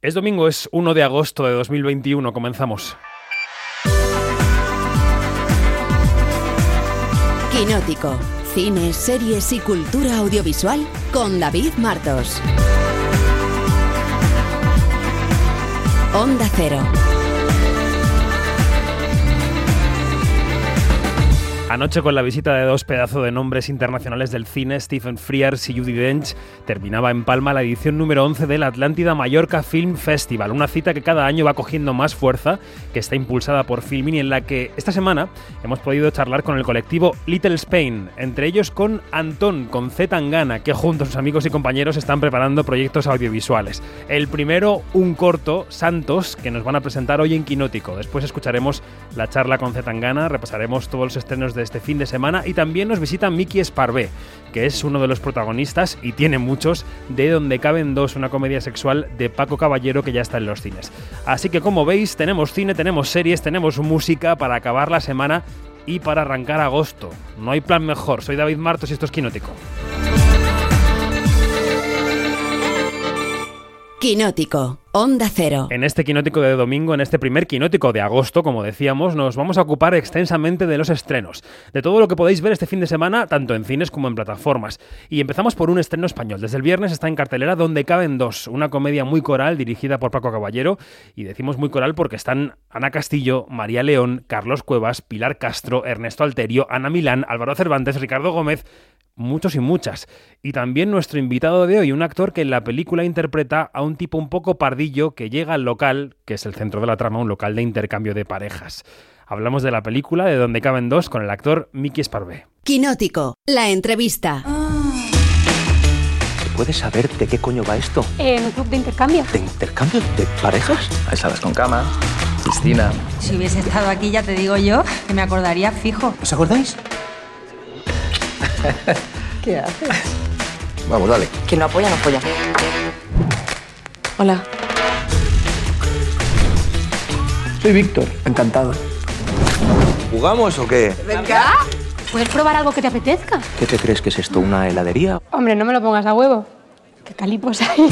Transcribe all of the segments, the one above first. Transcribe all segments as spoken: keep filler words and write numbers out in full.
Es domingo, es uno de agosto de dos mil veintiuno, comenzamos. Quinótico, cine, series y cultura audiovisual con David Martos. Onda Cero. Anoche, con la visita de dos pedazos de nombres internacionales del cine, Stephen Frears y Judi Dench, terminaba en Palma la edición número once del Atlántida Mallorca Film Festival, una cita que cada año va cogiendo más fuerza, que está impulsada por Filmin y en la que esta semana hemos podido charlar con el colectivo Little Spain, entre ellos con Antón, con Z Tangana, que junto a sus amigos y compañeros están preparando proyectos audiovisuales. El primero, un corto, Santos, que nos van a presentar hoy en Quinótico. Después escucharemos la charla con Z Tangana, repasaremos todos los estrenos de este fin de semana y también nos visita Miki Esparvé, que es uno de los protagonistas, y tiene muchos, de Donde caben dos, una comedia sexual de Paco Caballero que ya está en los cines. Así que, como veis, tenemos cine, tenemos series, tenemos música para acabar la semana y para arrancar agosto. No hay plan mejor. Soy David Martos y esto es Quinótico. Quinótico, Onda Cero. En este Quinótico de domingo, en este primer Quinótico de agosto, como decíamos, nos vamos a ocupar extensamente de los estrenos, de todo lo que podéis ver este fin de semana, tanto en cines como en plataformas. Y empezamos por un estreno español. Desde el viernes está en cartelera Donde caben dos, una comedia muy coral dirigida por Paco Caballero, y decimos muy coral porque están Ana Castillo, María León, Carlos Cuevas, Pilar Castro, Ernesto Alterio, Ana Milán, Álvaro Cervantes, Ricardo Gómez, muchos y muchas. Y también nuestro invitado de hoy, un actor que en la película interpreta a un tipo un poco pardillo que llega al local, que es el centro de la trama, un local de intercambio de parejas. Hablamos de la película de Donde caben dos con el actor Miki Esparvé. Quinótico, la entrevista. ¿Se puede saber de qué coño va esto? En un club de intercambio. ¿De intercambio? ¿De parejas? Hay salas con cama, piscina. Si hubiese estado aquí, ya te digo yo, que me acordaría fijo. ¿Os acordáis? ¿Qué haces? Vamos, dale. Quien no apoya, no apoya. Hola. Soy Víctor, encantado. ¿Jugamos o qué? ¿Venga? ¿Puedes probar algo que te apetezca? ¿Qué te crees que es esto, una heladería? Hombre, no me lo pongas a huevo. ¿Qué calipos hay?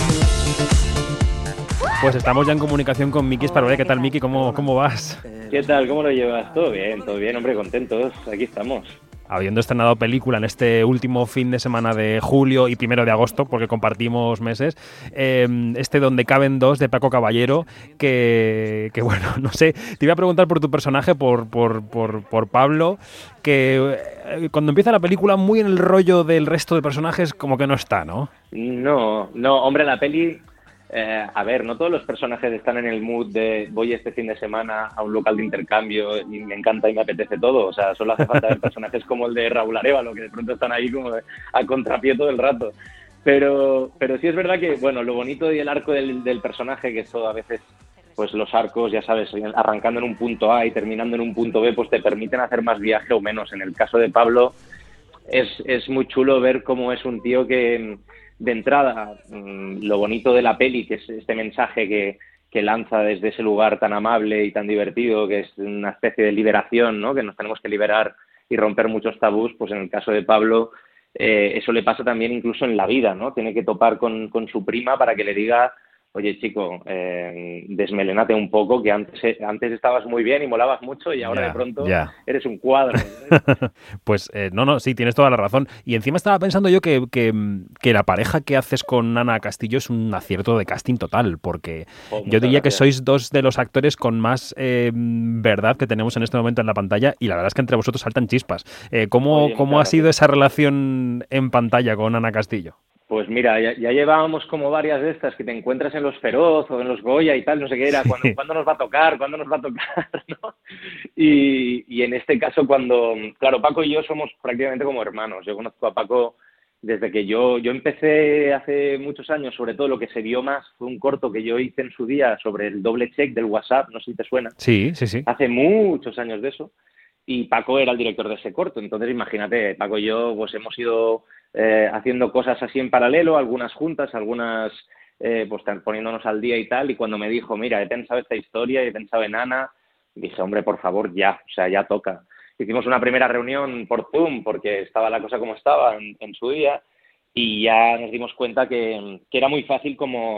Pues estamos ya en comunicación con Miki Esparvé. ¿Qué tal, Miki? ¿Cómo, cómo vas? ¿Qué tal? ¿Cómo lo llevas? Todo bien, todo bien, hombre, contentos. Aquí estamos. Habiendo estrenado película en este último fin de semana de julio y primero de agosto, porque compartimos meses, eh, este Donde caben dos de Paco Caballero, que, que bueno, no sé, te iba a preguntar por tu personaje, por, por, por, por Pablo, que eh, cuando empieza la película muy en el rollo del resto de personajes como que no está, ¿no? No, no, hombre, la peli... Eh, a ver, no todos los personajes están en el mood de voy este fin de semana a un local de intercambio y me encanta y me apetece todo. O sea, solo hace falta ver personajes como el de Raúl Arévalo, que de pronto están ahí como a contrapié todo el rato. Pero, pero sí es verdad que, bueno, lo bonito y el arco del, del personaje, que eso a veces, pues los arcos, ya sabes, arrancando en un punto A y terminando en un punto B, pues te permiten hacer más viaje o menos. En el caso de Pablo, es, es muy chulo ver cómo es un tío que... De entrada, lo bonito de la peli, que es este mensaje que, que lanza desde ese lugar tan amable y tan divertido, que es una especie de liberación, ¿no? Que nos tenemos que liberar y romper muchos tabús, pues en el caso de Pablo, eh, eso le pasa también incluso en la vida, ¿no? Tiene que topar con, con su prima para que le diga, oye, chico, eh, desmelenate un poco, que antes, antes estabas muy bien y molabas mucho y ahora ya, de pronto ya. eres un cuadro. Pues eh, no, no, sí, tienes toda la razón. Y encima estaba pensando yo que, que, que la pareja que haces con Ana Castillo es un acierto de casting total, porque Oh, yo diría gracias. que sois dos de los actores con más eh, verdad que tenemos en este momento en la pantalla, y la verdad es que entre vosotros saltan chispas. Eh, ¿Cómo, Oye, ¿cómo ha gracias. sido esa relación en pantalla con Ana Castillo? Pues mira, ya, ya llevábamos como varias de estas que te encuentras en los Feroz o en los Goya y tal, no sé qué era, ¿cuándo, ¿cuándo nos va a tocar? ¿Cuándo nos va a tocar? ¿No? Y, y en este caso cuando, claro, Paco y yo somos prácticamente como hermanos. Yo conozco a Paco desde que yo, yo empecé hace muchos años, sobre todo lo que se vio más fue un corto que yo hice en su día sobre el doble check del WhatsApp, no sé si te suena. Sí, sí, sí. Hace muchos años de eso. Y Paco era el director de ese corto. Entonces, imagínate, Paco y yo pues hemos ido eh, haciendo cosas así en paralelo, algunas juntas, algunas eh, pues poniéndonos al día y tal. Y cuando me dijo, mira, he pensado esta historia, he pensado en Ana, dije, hombre, por favor, ya, o sea, ya toca. Hicimos una primera reunión por Zoom, porque estaba la cosa como estaba en, en su día, y ya nos dimos cuenta que, que era muy fácil como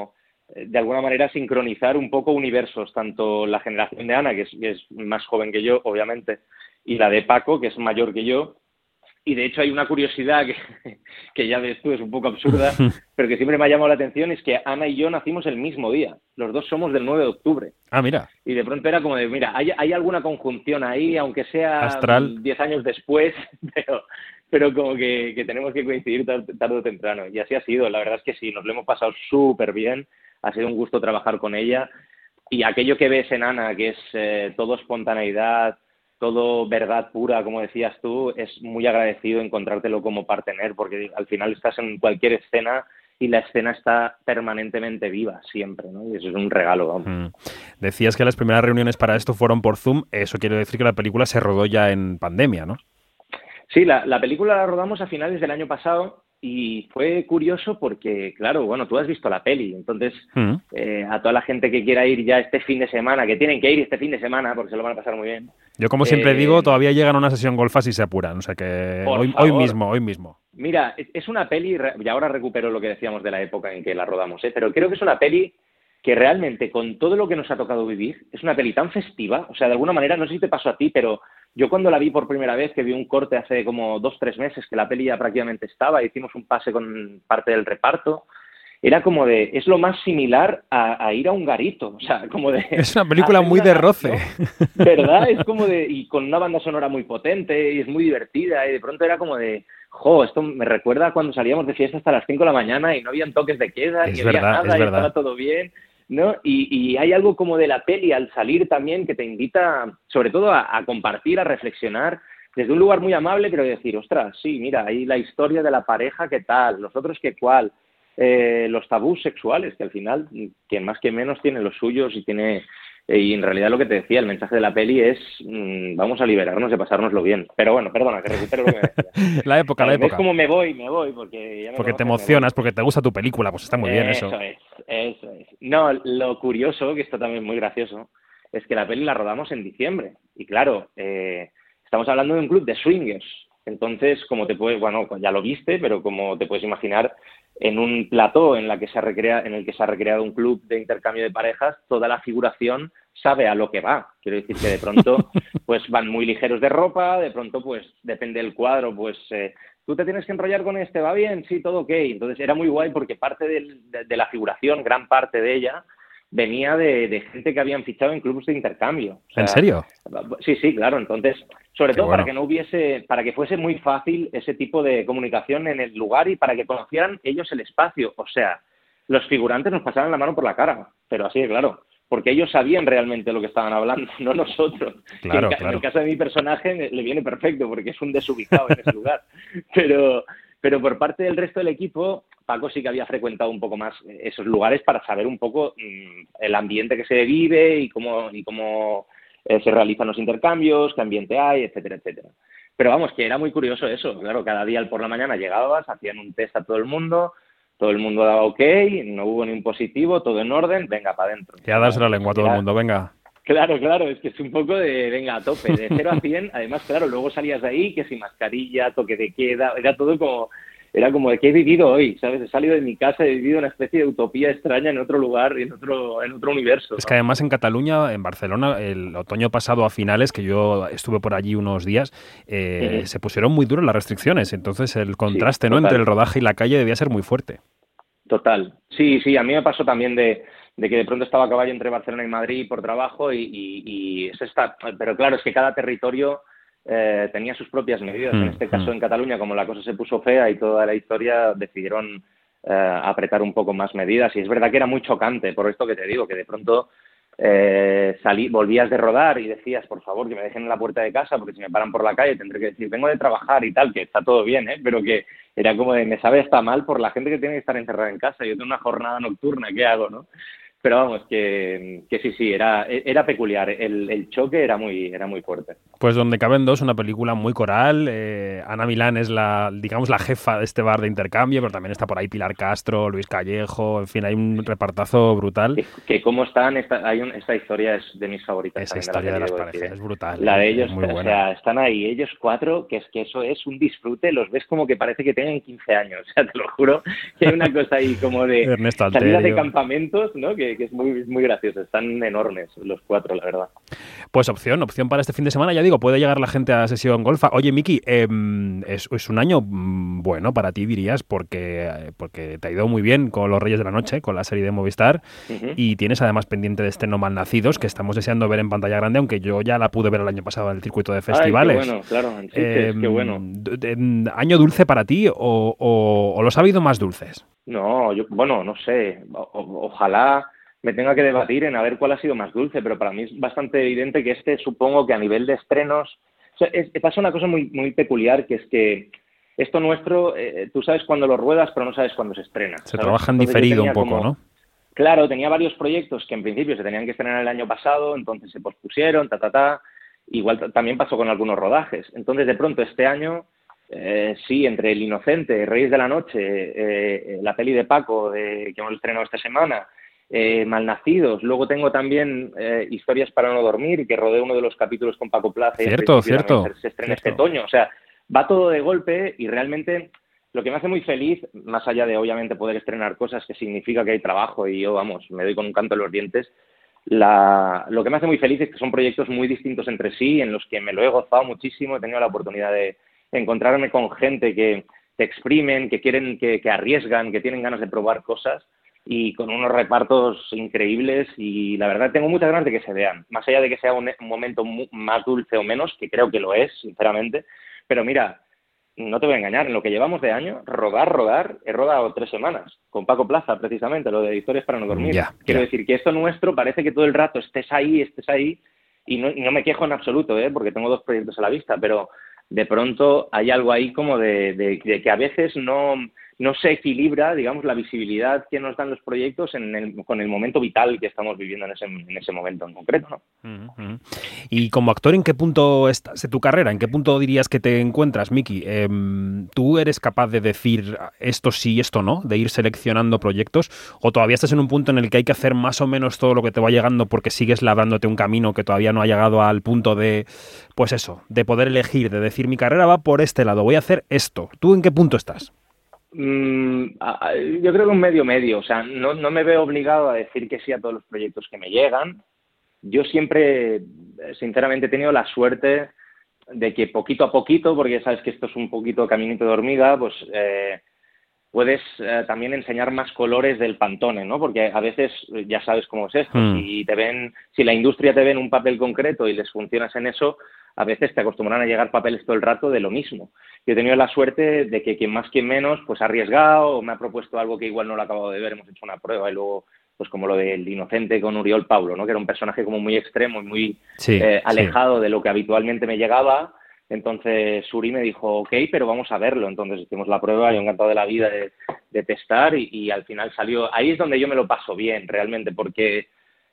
de alguna manera sincronizar un poco universos, tanto la generación de Ana, que es, que es más joven que yo, obviamente, y la de Paco, que es mayor que yo. Y de hecho hay una curiosidad que, que ya ves tú, es un poco absurda, pero que siempre me ha llamado la atención, es que Ana y yo nacimos el mismo día. Los dos somos del nueve de octubre. Ah, mira. Y de pronto era como de, mira, hay, hay alguna conjunción ahí, aunque sea astral, diez años después, pero, pero como que, que tenemos que coincidir tarde, tarde o temprano. Y así ha sido. La verdad es que sí, nos lo hemos pasado súper bien. Ha sido un gusto trabajar con ella. Y aquello que ves en Ana, que es eh, todo espontaneidad, todo verdad pura, como decías tú, es muy agradecido encontrártelo como partener, porque al final estás en cualquier escena y la escena está permanentemente viva, siempre, ¿no? Y eso es un regalo, vamos. Mm. Decías que las primeras reuniones para esto fueron por Zoom, eso quiere decir que la película se rodó ya en pandemia, ¿no? Sí, la, la película la rodamos a finales del año pasado y fue curioso porque, claro, bueno, tú has visto la peli, entonces mm. eh, a toda la gente que quiera ir ya este fin de semana, que tienen que ir este fin de semana porque se lo van a pasar muy bien. Yo, como siempre eh, digo, todavía llegan a una sesión golfas y se apuran, o sea que hoy, hoy mismo, hoy mismo. Mira, es, es una peli, y ahora recupero lo que decíamos de la época en que la rodamos, ¿eh? Pero creo que es una peli que realmente, con todo lo que nos ha tocado vivir, es una peli tan festiva, o sea, de alguna manera, no sé si te pasó a ti, pero yo cuando la vi por primera vez, que vi un corte hace como dos, tres meses, que la peli ya prácticamente estaba, hicimos un pase con parte del reparto, era como de, es lo más similar a, a ir a un garito, o sea, como de... Es una película muy de roce. ¿No? ¿Verdad? Es como de, y con una banda sonora muy potente, y es muy divertida, y de pronto era como de, jo, esto me recuerda a cuando salíamos de fiesta hasta las cinco de la mañana y no habían toques de queda, es y verdad, había nada, es y verdad. estaba todo bien, ¿no? Y, y hay algo como de la peli al salir también que te invita, sobre todo, a, a compartir, a reflexionar, desde un lugar muy amable, pero de decir, ostras, sí, mira, ahí la historia de la pareja, ¿qué tal? Los otros, ¿qué cuál? Eh, los tabús sexuales, que al final, quien más que menos tiene los suyos y tiene... Eh, y en realidad lo que te decía, el mensaje de la peli es mmm, vamos a liberarnos de pasárnoslo bien. Pero bueno, perdona, que recupero lo que me decía. La época, la época. Es como me voy, me voy, porque ya me Porque te conoces, emocionas, porque te gusta tu película, pues está muy bien eso. Eso es, eso es. No, lo curioso, que esto también es muy gracioso, es que la peli la rodamos en diciembre. Y claro, eh, estamos hablando de un club de swingers. Entonces, como te puedes, bueno, ya lo viste, pero como te puedes imaginar, en un plató en la que se recrea, en el que se ha recreado un club de intercambio de parejas, toda la figuración sabe a lo que va. Quiero decir que de pronto pues van muy ligeros de ropa, de pronto pues depende del cuadro, pues eh, tú te tienes que enrollar con este, ¿va bien? Sí, todo ok. Entonces era muy guay porque parte del, de, de la figuración, gran parte de ella, venía de, de gente que habían fichado en clubes de intercambio. O sea, ¿en serio? Sí, sí, claro. Entonces, sobre Qué todo bueno. para que no hubiese, para que fuese muy fácil ese tipo de comunicación en el lugar y para que conocieran ellos el espacio. O sea, los figurantes nos pasaban la mano por la cara, pero así de claro. Porque ellos sabían realmente lo que estaban hablando, no nosotros. Claro, en, claro. en el caso de mi personaje le viene perfecto porque es un desubicado en ese lugar. Pero, pero por parte del resto del equipo, Paco sí que había frecuentado un poco más esos lugares para saber un poco mmm, el ambiente que se vive y cómo, y cómo eh, se realizan los intercambios, qué ambiente hay, etcétera, etcétera. Pero vamos, que era muy curioso eso. Claro, cada día por la mañana llegabas, hacían un test a todo el mundo, todo el mundo daba ok, no hubo ni un positivo, todo en orden, venga, para adentro. Y a darse la lengua a todo el mundo, venga. Claro, claro, es que es un poco de, venga, a tope, de cero a cien. Además, claro, luego salías de ahí, que sin mascarilla, toque de queda, era todo como, era como de que he vivido hoy, ¿sabes? He salido de mi casa, he vivido una especie de utopía extraña en otro lugar, en otro, en otro universo, ¿no? Es que además en Cataluña, en Barcelona, el otoño pasado a finales, que yo estuve por allí unos días, eh, uh-huh. se pusieron muy duras las restricciones, entonces el contraste, sí, ¿no?, entre el rodaje y la calle debía ser muy fuerte. Total. Sí, sí, a mí me pasó también de, de que de pronto estaba a caballo entre Barcelona y Madrid por trabajo y, y, y eso está... Pero claro, es que cada territorio eh, tenía sus propias medidas. Mm, en este caso, mm. en Cataluña, como la cosa se puso fea y toda la historia, decidieron eh, apretar un poco más medidas. Y es verdad que era muy chocante, por esto que te digo, que de pronto eh, salí, volvías de rodar y decías, por favor, que me dejen en la puerta de casa, porque si me paran por la calle tendré que decir, vengo de trabajar y tal, que está todo bien, ¿eh? Pero que era como de, me sabe hasta mal por la gente que tiene que estar encerrada en casa. Yo tengo una jornada nocturna, ¿qué hago, no? Pero vamos, que, que sí, sí, era, era peculiar. El, el choque era muy, era muy fuerte. Pues Donde caben dos, una película muy coral. Eh, Ana Milán es la, digamos, la jefa de este bar de intercambio, pero también está por ahí Pilar Castro, Luis Callejo, en fin, hay un repartazo brutal. Que, que cómo están, esta, hay un, esta historia es de mis favoritas. Esa historia de, la de las parejas decir. Es brutal. La de eh, ellos, muy buena. O sea, están ahí ellos cuatro, que es que eso es un disfrute, los ves como que parece que tienen quince años, o sea, te lo juro, que hay una cosa ahí como de salida de campamentos, ¿no? Que, que es muy, muy gracioso, están enormes los cuatro, la verdad. Pues opción, opción para este fin de semana, ya digo, puede llegar la gente a Sesión Golfa. Oye, Miki, eh, es, es un año bueno para ti, dirías, porque, porque te ha ido muy bien con Los Reyes de la Noche, con la serie de Movistar, uh-huh. y tienes además pendiente de estreno Malnacidos, que estamos deseando ver en pantalla grande, aunque yo ya la pude ver el año pasado en el circuito de festivales. Ay, qué bueno, claro, en Sitges, eh, qué bueno. De, de, ¿Año dulce para ti o, o, o los ha habido más dulces? No, yo, bueno, no sé, o, ojalá me tenga que debatir en a ver cuál ha sido más dulce, pero para mí es bastante evidente que este, supongo que a nivel de estrenos, o sea, es, pasa una cosa muy, muy peculiar, que es que esto nuestro, eh, tú sabes cuándo lo ruedas, pero no sabes cuándo se estrena. Se ¿sabes? Trabaja en diferido un poco, como, ¿no? Claro, tenía varios proyectos que en principio se tenían que estrenar el año pasado, entonces se pospusieron, ta, ta, ta. Igual t- también pasó con algunos rodajes. Entonces, de pronto, este año, eh, sí, entre El Inocente, Reyes de la Noche, eh, la peli de Paco, de, que hemos estrenado esta semana, eh, Malnacidos, luego tengo también eh, Historias para no dormir, que rodé uno de los capítulos con Paco Plaza. Cierto, y cierto. Se estrena cierto. este otoño. O sea, va todo de golpe y realmente lo que me hace muy feliz, más allá de obviamente poder estrenar cosas, que significa que hay trabajo y yo, vamos, me doy con un canto en los dientes, la, lo que me hace muy feliz es que son proyectos muy distintos entre sí, en los que me lo he gozado muchísimo, he tenido la oportunidad de encontrarme con gente que te exprimen, que quieren, que, que arriesgan, que tienen ganas de probar cosas y con unos repartos increíbles y la verdad tengo muchas ganas de que se vean, más allá de que sea un, un momento muy, más dulce o menos, que creo que lo es, sinceramente, pero mira, no te voy a engañar, en lo que llevamos de año, rodar, rodar, he rodado tres semanas, con Paco Plaza, precisamente, lo de Historias para no dormir. Ya, Quiero ya. decir que esto nuestro parece que todo el rato estés ahí, estés ahí, y no, y no me quejo en absoluto, ¿eh? Porque tengo dos proyectos a la vista, pero de pronto hay algo ahí como de, de, de que a veces no, no se equilibra, digamos, la visibilidad que nos dan los proyectos en el, con el momento vital que estamos viviendo en ese, en ese momento en concreto, ¿no? Uh-huh. Y como actor, ¿en qué punto estás de tu carrera? ¿En qué punto dirías que te encuentras, Miki? Eh, ¿Tú eres capaz de decir esto sí, esto no? ¿De ir seleccionando proyectos? ¿O todavía estás en un punto en el que hay que hacer más o menos todo lo que te va llegando porque sigues labrándote un camino que todavía no ha llegado al punto de, pues eso, de poder elegir, de decir mi carrera va por este lado, voy a hacer esto? ¿Tú en qué punto estás? Mm, yo creo que un medio medio, o sea, no, no me veo obligado a decir que sí a todos los proyectos que me llegan. Yo siempre, sinceramente, he tenido la suerte de que poquito a poquito, porque ya sabes que esto es un poquito caminito de hormiga, pues eh, puedes eh, también enseñar más colores del Pantone, ¿no? Porque a veces ya sabes cómo es esto, Mm. si te ven, si la industria te ve en un papel concreto y les funcionas en eso, a veces te acostumbran a llegar papeles todo el rato de lo mismo. Yo he tenido la suerte de que quien más, quien menos, pues ha arriesgado o me ha propuesto algo que igual no lo acabo de ver, hemos hecho una prueba y luego, pues como lo del Inocente con Uriol Paulo, ¿no? Que era un personaje como muy extremo y muy Sí, eh, alejado sí. de lo que habitualmente me llegaba. Entonces Uri me dijo, ok, pero vamos a verlo. Entonces hicimos la prueba, yo encantado de la vida de, de testar y, y al final salió. Ahí es donde yo me lo paso bien realmente, porque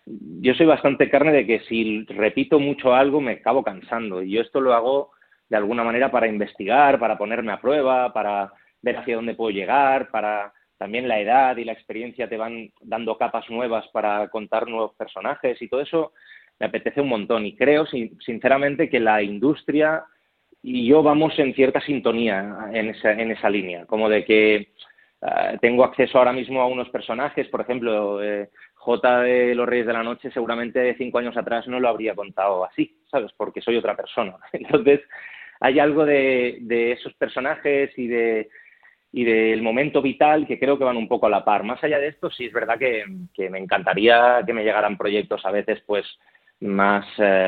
yo soy bastante carne de que si repito mucho algo me acabo cansando y yo esto lo hago de alguna manera para investigar, para ponerme a prueba, para ver hacia dónde puedo llegar, para también la edad y la experiencia te van dando capas nuevas para contar nuevos personajes y todo eso me apetece un montón y creo sinceramente que la industria y yo vamos en cierta sintonía en esa, en esa línea, como de que uh, tengo acceso ahora mismo a unos personajes, por ejemplo, eh, J de Los Reyes de la Noche seguramente cinco años atrás no lo habría contado así, ¿sabes? Porque soy otra persona. Entonces, hay algo de, de esos personajes y de y del momento vital que creo que van un poco a la par. Más allá de esto, sí es verdad que, que me encantaría que me llegaran proyectos a veces, pues, más,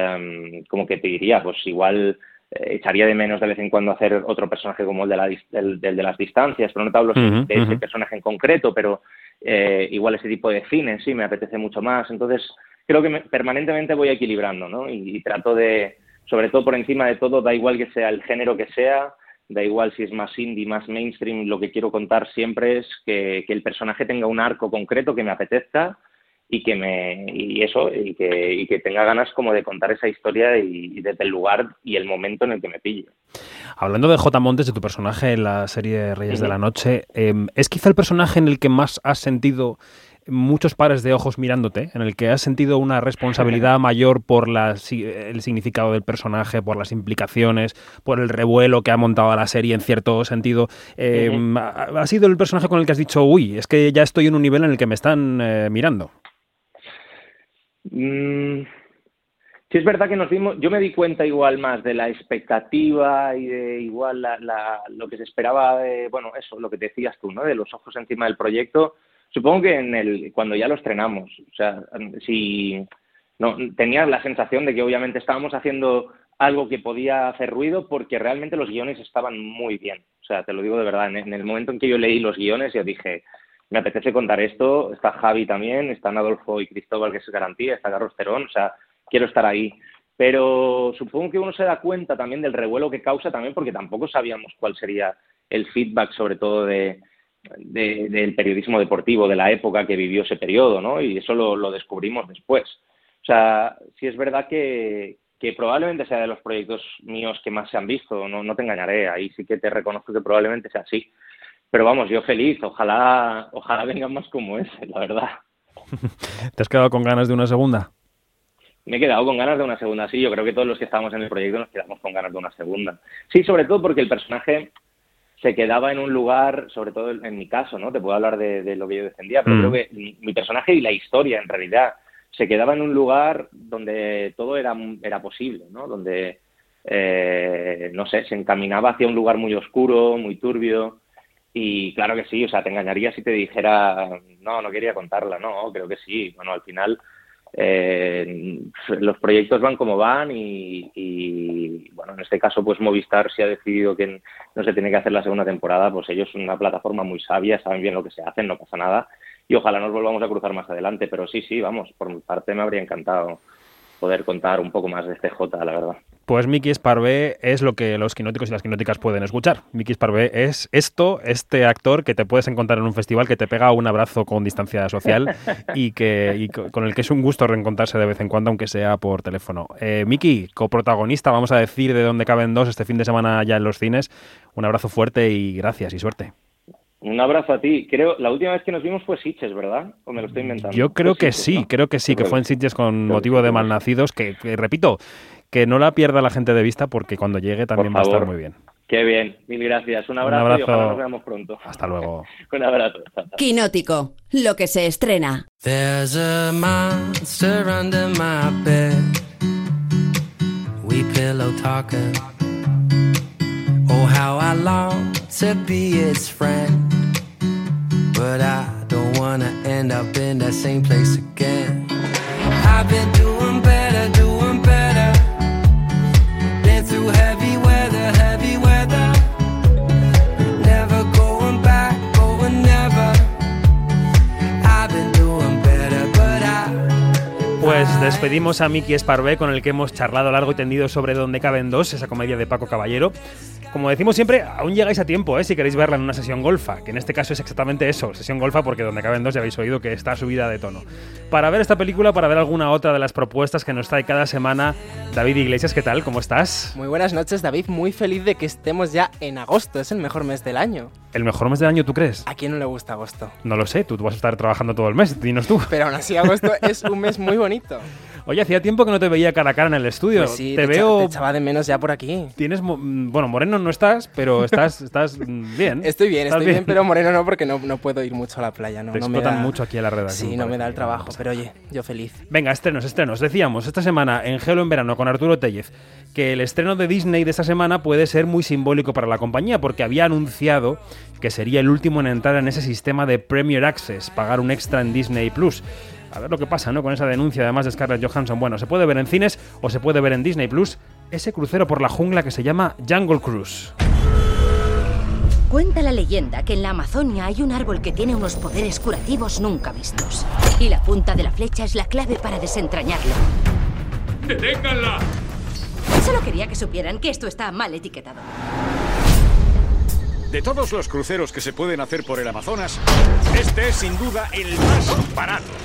eh, como que te diría, pues igual eh, echaría de menos de vez en cuando hacer otro personaje como el de, la, el, el de las distancias, pero no te hablo uh-huh, de ese uh-huh. personaje en concreto, pero eh, igual ese tipo de cine sí me apetece mucho más. Entonces, creo que me, permanentemente voy equilibrando, ¿no? Y, y trato de, sobre todo por encima de todo, da igual que sea el género que sea, da igual si es más indie, más mainstream, lo que quiero contar siempre es que, que el personaje tenga un arco concreto que me apetezca y que me y eso y que, y que tenga ganas como de contar esa historia y, y desde el lugar y el momento en el que me pille. Hablando de J. Montes, de tu personaje en la serie Reyes uh-huh. de la Noche, eh, ¿es quizá el personaje en el que más has sentido muchos pares de ojos mirándote, en el que has sentido una responsabilidad mayor por la, el significado del personaje, por las implicaciones, por el revuelo que ha montado la serie en cierto sentido? Eh, uh-huh. ¿Ha sido el personaje con el que has dicho, uy, es que ya estoy en un nivel en el que me están eh, mirando? Mm, sí, es verdad que nos dimos, yo me di cuenta igual más de la expectativa y de igual la, la, lo que se esperaba de, bueno, eso, lo que decías tú, ¿no? De los ojos encima del proyecto. Supongo que en el cuando ya lo estrenamos, o sea, si no tenía la sensación de que obviamente estábamos haciendo algo que podía hacer ruido porque realmente los guiones estaban muy bien. O sea, te lo digo de verdad, en, en el momento en que yo leí los guiones yo dije, me apetece contar esto, está Javi también, están Adolfo y Cristóbal, que es garantía, está Carlos Terón, o sea, quiero estar ahí. Pero supongo que uno se da cuenta también del revuelo que causa también porque tampoco sabíamos cuál sería el feedback, sobre todo de De, del periodismo deportivo de la época que vivió ese periodo, ¿no? Y eso lo, lo descubrimos después. O sea, sí es verdad que, que probablemente sea de los proyectos míos que más se han visto, no, no te engañaré, ahí sí que te reconozco que probablemente sea así. Pero vamos, yo feliz, ojalá, ojalá vengan más como ese, la verdad. ¿Te has quedado con ganas de una segunda? Me he quedado con ganas de una segunda, sí, yo creo que todos los que estábamos en el proyecto nos quedamos con ganas de una segunda. Sí, sobre todo porque el personaje se quedaba en un lugar, sobre todo en mi caso, ¿no? Te puedo hablar de, de lo que yo defendía, pero mm. creo que mi, mi personaje y la historia, en realidad, se quedaba en un lugar donde todo era, era posible, ¿no? Donde, eh, no sé, se encaminaba hacia un lugar muy oscuro, muy turbio, y claro que sí, o sea, te engañaría si te dijera, no, no quería contarla, no, creo que sí. Bueno, al final Eh, los proyectos van como van y, y bueno, en este caso pues Movistar si ha decidido que no se tiene que hacer la segunda temporada, pues ellos son una plataforma muy sabia, saben bien lo que se hacen, no pasa nada y ojalá nos volvamos a cruzar más adelante, pero sí, sí, vamos, por mi parte me habría encantado poder contar un poco más de C J, la verdad. Pues Miki Esparvé es lo que los quinóticos y las quinóticas pueden escuchar. Miki Esparvé es esto, este actor que te puedes encontrar en un festival, que te pega un abrazo con distancia social y que y con el que es un gusto reencontrarse de vez en cuando, aunque sea por teléfono. Eh, Miki, coprotagonista, vamos a decir, de Donde caben dos este fin de semana ya en los cines. Un abrazo fuerte y gracias y suerte. Un abrazo a ti. Creo, la última vez que nos vimos fue Sitges, ¿verdad? ¿O me lo estoy inventando? Yo creo fue que Sitges, sí, ¿no? creo que sí, que Creo fue en Sitges con creo motivo que de sí. Malnacidos, que, que repito, que no la pierda la gente de vista porque cuando llegue también va a estar muy bien. Qué bien, mil gracias. Un abrazo, Un abrazo. y ojalá nos veamos pronto. Hasta luego. Un abrazo. Quinótico, lo que se estrena. There's a monster under my bed. We pillow talking. Oh, how I long to be its friend. But I don't wanna end up in that same place again. I've been doing better, doing better. Been through heavy weather, heavy weather. Never going back, going never. I've been doing better, but I... Pues despedimos a Miki Esparvé, con el que hemos charlado largo y tendido sobre Donde caben dos, esa comedia de Paco Caballero. Como decimos siempre, aún llegáis a tiempo, ¿eh? Si queréis verla en una sesión golfa, que en este caso es exactamente eso, sesión golfa, porque Donde caben dos ya habéis oído que está subida de tono. Para ver esta película, para ver alguna otra de las propuestas que nos trae cada semana David Iglesias, ¿qué tal? ¿Cómo estás? Muy buenas noches, David. Muy feliz de que estemos ya en agosto, es el mejor mes del año. ¿El mejor mes del año, tú crees? ¿A quién no le gusta agosto? No lo sé, tú, tú vas a estar trabajando todo el mes, dinos tú. Pero aún así agosto es un mes muy bonito. Oye, hacía tiempo que no te veía cara a cara en el estudio. Pues sí, te, te veo... Te echaba de menos ya por aquí. Tienes... Bueno, moreno no estás, pero estás, estás bien. Estoy bien, estoy bien? bien, pero moreno no, porque no, no puedo ir mucho a la playa. No, te no explotan me da... mucho aquí a la redacción. Sí, no me da el trabajo, pero oye, yo feliz. Venga, estrenos, estrenos. Decíamos esta semana en Gelo en Verano con Arturo Tellez que el estreno de Disney de esta semana puede ser muy simbólico para la compañía, porque había anunciado que sería el último en entrar en ese sistema de Premier Access, pagar un extra en Disney Plus. A ver lo que pasa, ¿no? Con esa denuncia además de Scarlett Johansson. Bueno, se puede ver en cines o se puede ver en Disney Plus ese crucero por la jungla que se llama Jungle Cruise. Cuenta la leyenda que en la Amazonia hay un árbol que tiene unos poderes curativos nunca vistos. Y la punta de la flecha es la clave para desentrañarlo. ¡Deténganla! Solo quería que supieran que esto está mal etiquetado. De todos los cruceros que se pueden hacer por el Amazonas, este es sin duda el más barato.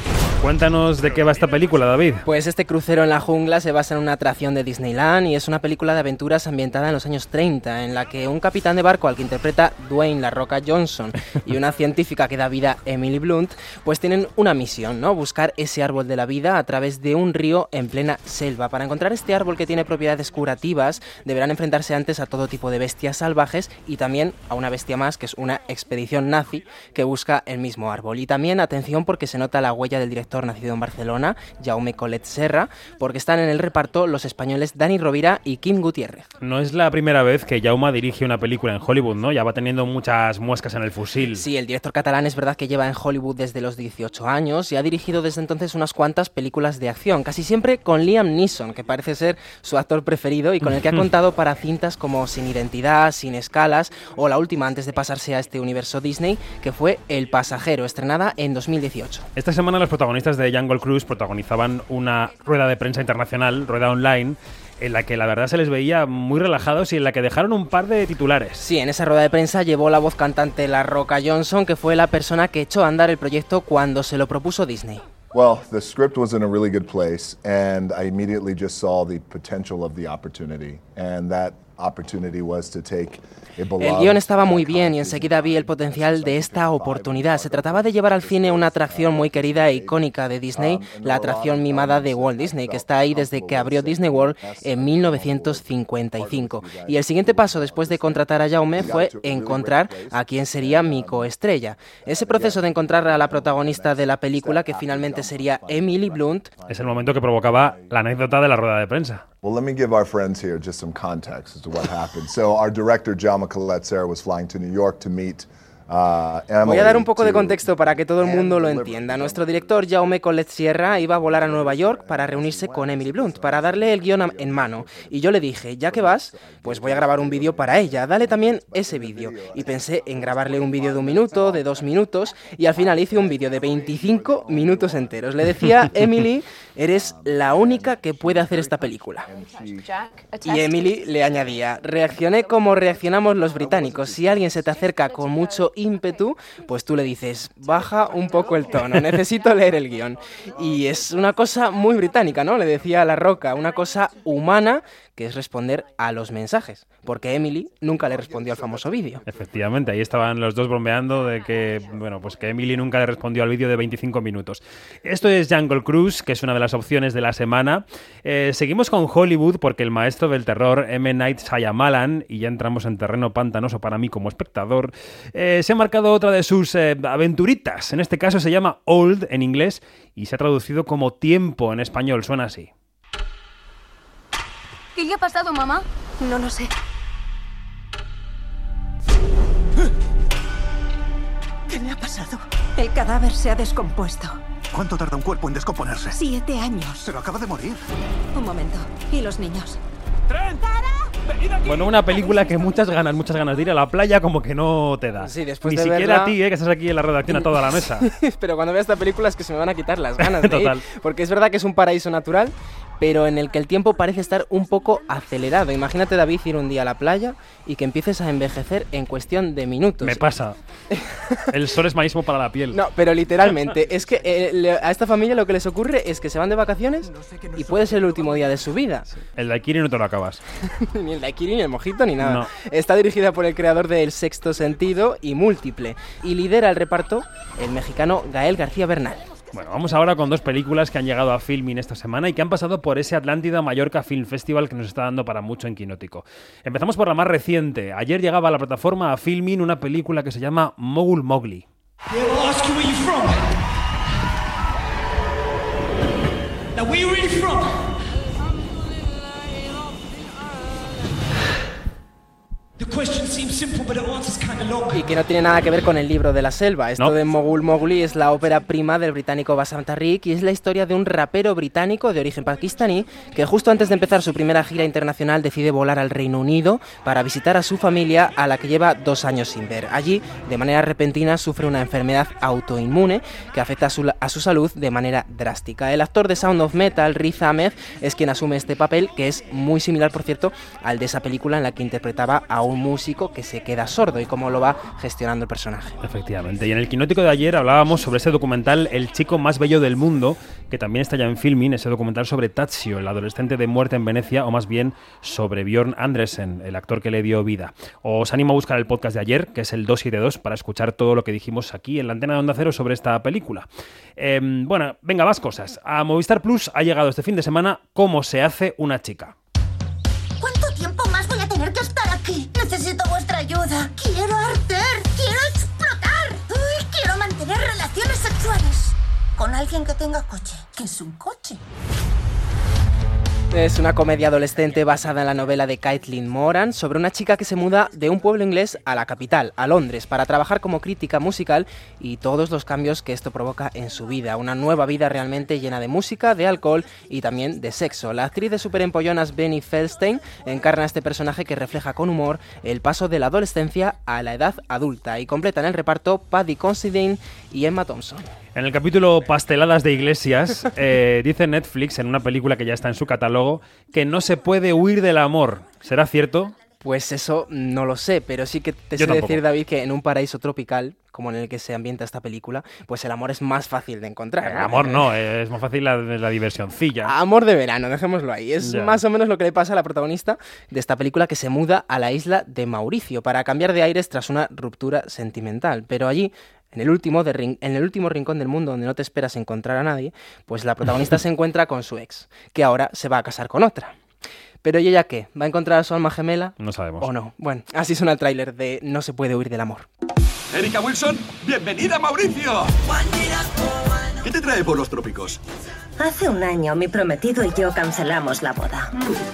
Cuéntanos de qué va esta película, David. Pues este crucero en la jungla se basa en una atracción de Disneyland y es una película de aventuras ambientada en los años treinta, en la que un capitán de barco al que interpreta Dwayne La Roca Johnson y una científica que da vida, Emily Blunt, pues tienen una misión, ¿no? Buscar ese árbol de la vida a través de un río en plena selva. Para encontrar este árbol que tiene propiedades curativas, deberán enfrentarse antes a todo tipo de bestias salvajes y también a una bestia más, que es una expedición nazi que busca el mismo árbol. Y también, atención, porque se nota la huella del director nacido en Barcelona, Jaume Collet Serra, porque están en el reparto los españoles Dani Rovira y Kim Gutiérrez. No es la primera vez que Jaume dirige una película en Hollywood, ¿no? Ya va teniendo muchas muescas en el fusil. Sí, el director catalán es verdad que lleva en Hollywood desde los dieciocho años y ha dirigido desde entonces unas cuantas películas de acción, casi siempre con Liam Neeson, que parece ser su actor preferido y con el que ha contado para cintas como Sin Identidad, Sin Escalas o la última antes de pasarse a este universo Disney, que fue El Pasajero, estrenada en dos mil dieciocho. Esta semana los protagonistas de Jungle Cruise protagonizaban una rueda de prensa internacional, rueda online, en la que la verdad se les veía muy relajados y en la que dejaron un par de titulares. Sí, en esa rueda de prensa llevó la voz cantante La Roca Johnson, que fue la persona que echó a andar el proyecto cuando se lo propuso Disney. Well, the script was in a really good place and I immediately just saw the potential of the opportunity and that opportunity was to take El guión estaba muy bien y enseguida vi el potencial de esta oportunidad. Se trataba de llevar al cine una atracción muy querida e icónica de Disney, la atracción mimada de Walt Disney, que está ahí desde que abrió Disney World en mil novecientos cincuenta y cinco. Y el siguiente paso después de contratar a Jaume fue encontrar a quién sería mi coestrella. Ese proceso de encontrar a la protagonista de la película, que finalmente sería Emily Blunt, es el momento que provocaba la anécdota de la rueda de prensa. Well, let me give our friends here just some context as to what happened. So our director, Jaume Collet Serra, was flying to New York to meet Uh, Voy a dar un poco de contexto para que todo el mundo lo entienda. Nuestro director Jaume Collet Serra iba a volar a Nueva York para reunirse con Emily Blunt, para darle el guión en mano. Y yo le dije, ya que vas, pues voy a grabar un vídeo para ella, dale también ese vídeo. Y pensé en grabarle un vídeo de un minuto, de dos minutos, y al final hice un vídeo de veinticinco minutos enteros. Le decía, Emily, eres la única que puede hacer esta película. Y Emily le añadía, reaccioné como reaccionamos los británicos. Si alguien se te acerca con mucho ímpetu, pues tú le dices, baja un poco el tono, necesito leer el guión. Y es una cosa muy británica, ¿no? Le decía a La Roca, una cosa humana, que es responder a los mensajes, porque Emily nunca le respondió al famoso vídeo. Efectivamente, ahí estaban los dos bromeando de que, bueno, pues que Emily nunca le respondió al vídeo de veinticinco minutos. Esto es Jungle Cruise, que es una de las opciones de la semana. Eh, seguimos con Hollywood, porque el maestro del terror, M. Night Shyamalan, y ya entramos en terreno pantanoso para mí como espectador, eh, se ha marcado otra de sus eh, aventuritas. En este caso se llama Old en inglés y se ha traducido como Tiempo en español. Suena así. ¿Qué le ha pasado, mamá? No lo sé. ¿Qué le ha pasado? El cadáver se ha descompuesto. ¿Cuánto tarda un cuerpo en descomponerse? Siete años. Pero acaba de morir. Un momento. ¿Y los niños? ¡Tren! Bueno, una película que muchas ganas, muchas ganas de ir a la playa como que no te da. Sí, después Ni de siquiera verla... a ti, eh, que estás aquí en la redacción a toda la mesa. Pero cuando vea esta película es que se me van a quitar las ganas de Total. ir, porque es verdad que es un paraíso natural, pero en el que el tiempo parece estar un poco acelerado. Imagínate, David, ir un día a la playa y que empieces a envejecer en cuestión de minutos. Me pasa. El sol es malísimo para la piel. No, pero literalmente, es que eh, le, a esta familia lo que les ocurre es que se van de vacaciones y puede ser el último día de su vida. El daiquiri no te lo acabas. Ni el daiquiri, ni el mojito, ni nada. No. Está dirigida por el creador de El Sexto Sentido y Múltiple, y lidera el reparto el mexicano Gael García Bernal. Bueno, vamos ahora con dos películas que han llegado a Filmin esta semana y que han pasado por ese Atlántida Mallorca Film Festival que nos está dando para mucho en Quinótico. Empezamos por la más reciente. Ayer llegaba a la plataforma a Filmin una película que se llama Mogul Mowgli. Y que no tiene nada que ver con el libro de la selva. Esto no. de Mogul Mowgli es la ópera prima del británico Bassam Tariq y es la historia de un rapero británico de origen pakistaní que justo antes de empezar su primera gira internacional decide volar al Reino Unido para visitar a su familia, a la que lleva dos años sin ver. Allí, de manera repentina, sufre una enfermedad autoinmune que afecta a su, a su salud de manera drástica. El actor de Sound of Metal, Riz Ahmed, es quien asume este papel, que es muy similar, por cierto, al de esa película en la que interpretaba a un músico que se queda sordo y cómo lo va gestionando el personaje. Efectivamente. Y en el Quinótico de ayer hablábamos sobre ese documental El chico más bello del mundo, que también está ya en Filmin, ese documental sobre Tadzio, el adolescente de muerte en Venecia, o más bien sobre Björn Andresen, el actor que le dio vida. Os animo a buscar el podcast de ayer, que es el doscientos setenta y dos, para escuchar todo lo que dijimos aquí en la antena de Onda Cero sobre esta película. Eh, bueno, venga, más cosas. A Movistar Plus ha llegado este fin de semana Cómo se hace una chica. ¿Cuánto tiempo más voy a tener que estar aquí? Necesito vuestra ayuda. Quiero arder, quiero explotar. Uy, quiero mantener relaciones sexuales con alguien que tenga coche. ¿Qué es un coche? Es una comedia adolescente basada en la novela de Caitlin Moran sobre una chica que se muda de un pueblo inglés a la capital, a Londres, para trabajar como crítica musical y todos los cambios que esto provoca en su vida. Una nueva vida realmente llena de música, de alcohol y también de sexo. La actriz de superempollonas Benny Feldstein encarna a este personaje que refleja con humor el paso de la adolescencia a la edad adulta y completan el reparto Paddy Considine y Emma Thompson. En el capítulo Pasteladas de Iglesias, eh, dice Netflix, en una película que ya está en su catálogo, que no se puede huir del amor. ¿Será cierto? Pues eso no lo sé, pero sí que te Yo sé tampoco. decir, David, que en un paraíso tropical, como en el que se ambienta esta película, pues el amor es más fácil de encontrar. El amor no, es más fácil la, la diversioncilla. Amor de verano, dejémoslo ahí. Es Ya. más o menos lo que le pasa a la protagonista de esta película, que se muda a la isla de Mauricio para cambiar de aires tras una ruptura sentimental. Pero allí, en el último, de rin- en el último rincón del mundo donde no te esperas encontrar a nadie, pues la protagonista se encuentra con su ex, que ahora se va a casar con otra. Pero ¿y ella qué? ¿Va a encontrar a su alma gemela? No sabemos. ¿O no? Bueno, así suena el tráiler de No se puede huir del amor. Erika Wilson, bienvenida, Mauricio. ¿Qué te trae por los trópicos? Hace un año mi prometido y yo cancelamos la boda.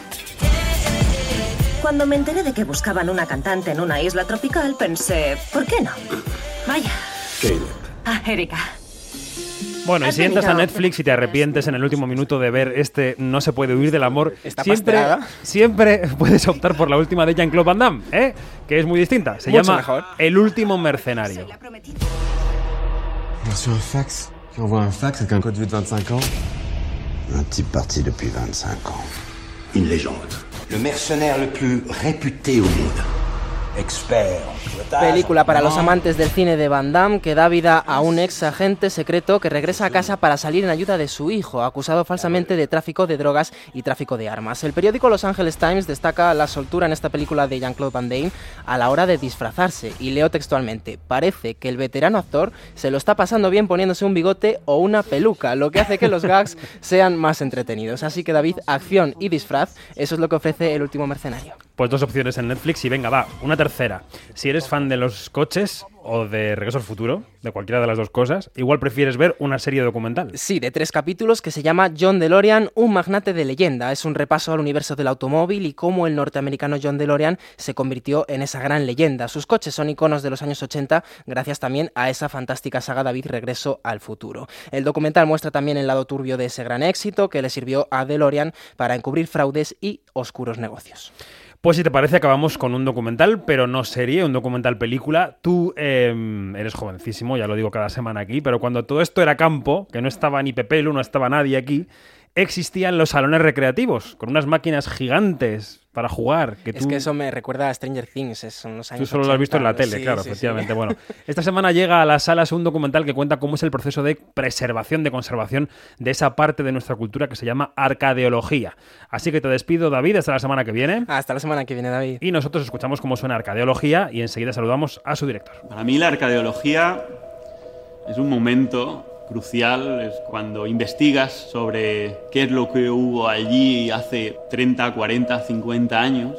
Cuando me enteré de que buscaban una cantante en una isla tropical, pensé, ¿por qué no? Vaya. Caleb. Ah, Erika. Bueno, y Has si entras a venido- Netflix y te arrepientes en el último minuto de ver este No se puede huir del amor, Está siempre, pastelada. siempre puedes optar por la última de Jean-Claude Van Damme, ¿eh? Que es muy distinta. Se Mucho llama mejor. El último mercenario. Reçu un fax qui envoie un fax avec un code vue de vingt-cinq ans. Un type parti depuis vingt-cinq ans. Une légende. Le mercenaire le plus réputé au monde. Expert. Película para los amantes del cine de Van Damme, que da vida a un ex agente secreto que regresa a casa para salir en ayuda de su hijo, acusado falsamente de tráfico de drogas y tráfico de armas. El periódico Los Angeles Times destaca la soltura en esta película de Jean-Claude Van Damme a la hora de disfrazarse, y leo textualmente: parece que el veterano actor se lo está pasando bien poniéndose un bigote o una peluca, lo que hace que los gags sean más entretenidos. Así que, David, acción y disfraz, eso es lo que ofrece El último mercenario. Pues dos opciones en Netflix y venga, va, una tercera. Si eres fan de los coches o de Regreso al Futuro, de cualquiera de las dos cosas, igual prefieres ver una serie documental. Sí, de tres capítulos, que se llama John DeLorean, un magnate de leyenda. Es un repaso al universo del automóvil y cómo el norteamericano John DeLorean se convirtió en esa gran leyenda. Sus coches son iconos de los años ochenta, gracias también a esa fantástica saga, David, Regreso al Futuro. El documental muestra también el lado turbio de ese gran éxito que le sirvió a DeLorean para encubrir fraudes y oscuros negocios. Pues si te parece, acabamos con un documental, pero no serie, un documental película. Tú eh, eres jovencísimo, ya lo digo cada semana aquí, pero cuando todo esto era campo, que no estaba ni Pepelu, no estaba nadie aquí, existían los salones recreativos, con unas máquinas gigantes para jugar. Que Es tú... que eso me recuerda a Stranger Things, es- son los años Tú solo lo has visto en la ochenta, tele, sí, claro, sí, efectivamente. sí. Bueno, esta semana llega a las salas un documental que cuenta cómo es el proceso de preservación, de conservación de esa parte de nuestra cultura que se llama arcadeología. Así que te despido, David, hasta la semana que viene. Hasta la semana que viene, David. Y nosotros escuchamos cómo suena arcadeología y enseguida saludamos a su director. Para mí la arcadeología es un momento crucial, es cuando investigas sobre qué es lo que hubo allí hace treinta, cuarenta, cincuenta años.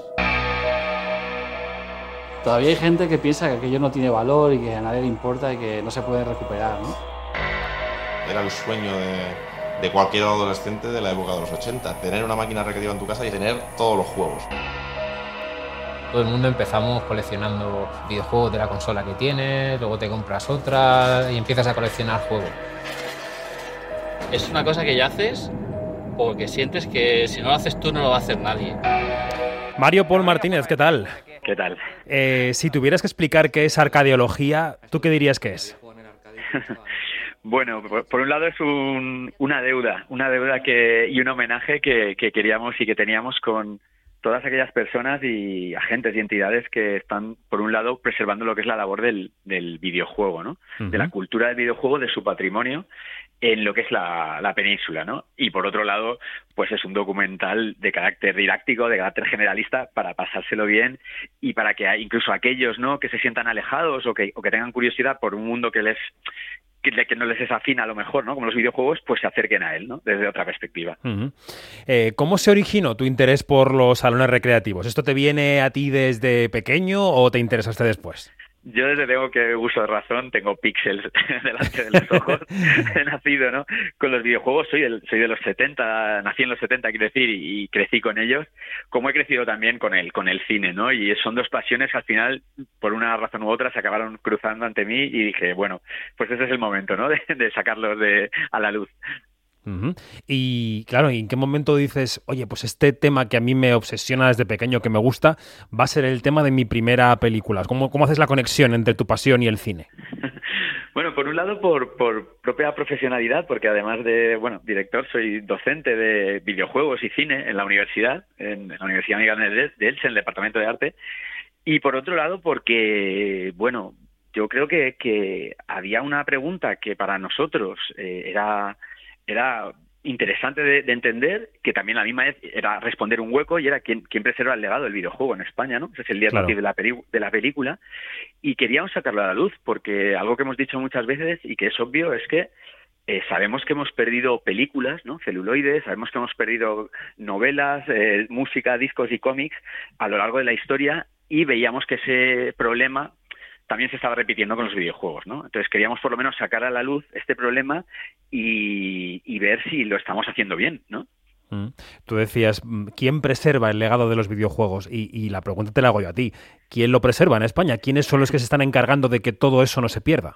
Todavía hay gente que piensa que aquello no tiene valor y que a nadie le importa y que no se puede recuperar, ¿no? Era el sueño de, de cualquier adolescente de la época de los ochenta, tener una máquina recreativa en tu casa y tener todos los juegos. Todo el mundo empezamos coleccionando videojuegos de la consola que tienes, luego te compras otra y empiezas a coleccionar juegos. Es una cosa que ya haces porque sientes que si no lo haces tú no lo va a hacer nadie. Mario Paul Martínez, ¿qué tal? ¿Qué tal? Eh, si tuvieras que explicar qué es arcadeología, ¿tú qué dirías que es? Bueno, por, por un lado es un, una deuda, una deuda que y un homenaje que, que queríamos y que teníamos con, todas aquellas personas y agentes y entidades que están, por un lado, preservando lo que es la labor del, del videojuego, ¿no? Uh-huh. De la cultura del videojuego, de su patrimonio, en lo que es la, la península, ¿no? Y por otro lado, pues es un documental de carácter didáctico, de carácter generalista, para pasárselo bien y para que incluso aquellos, ¿no?, que se sientan alejados o que, o que tengan curiosidad por un mundo que les que, que no les es afín a lo mejor, ¿no?, como los videojuegos, pues se acerquen a él, ¿no?, desde otra perspectiva. Uh-huh. Eh, ¿Cómo se originó tu interés por los salones recreativos? ¿Esto te viene a ti desde pequeño o te interesaste después? Yo desde tengo que uso de razón, tengo píxeles delante de los ojos, he nacido, ¿no?, con los videojuegos, soy, el, soy de los setenta, nací en los setenta, quiero decir, y, y crecí con ellos, como he crecido también con el, con el cine, ¿no?, y son dos pasiones que al final, por una razón u otra, se acabaron cruzando ante mí y dije, bueno, pues ese es el momento, ¿no?, de, de sacarlos de, a la luz. Uh-huh. Y claro, ¿y en qué momento dices, oye, pues este tema que a mí me obsesiona desde pequeño, que me gusta, va a ser el tema de mi primera película? ¿Cómo, cómo haces la conexión entre tu pasión y el cine? Bueno, por un lado, por, por propia profesionalidad, porque además de, bueno, director, soy docente de videojuegos y cine en la universidad, en la Universidad Miguel Hernández de Elche, en el Departamento de Arte. Y por otro lado, porque, bueno, yo creo que, que había una pregunta que para nosotros eh, era... era interesante de, de entender, que también a la misma vez era responder un hueco, y era quién, quién preserva el legado del videojuego en España, ¿no? Ese es el día claro. de, la peri- de la película, y queríamos sacarlo a la luz, porque algo que hemos dicho muchas veces y que es obvio es que eh, sabemos que hemos perdido películas, ¿no?, celuloides, sabemos que hemos perdido novelas, eh, música, discos y cómics a lo largo de la historia, y veíamos que ese problema también se estaba repitiendo con los videojuegos, ¿no? Entonces queríamos por lo menos sacar a la luz este problema y, y ver si lo estamos haciendo bien, ¿no? Mm. Tú decías, ¿quién preserva el legado de los videojuegos? Y, y la pregunta te la hago yo a ti. ¿Quién lo preserva en España? ¿Quiénes son los que se están encargando de que todo eso no se pierda?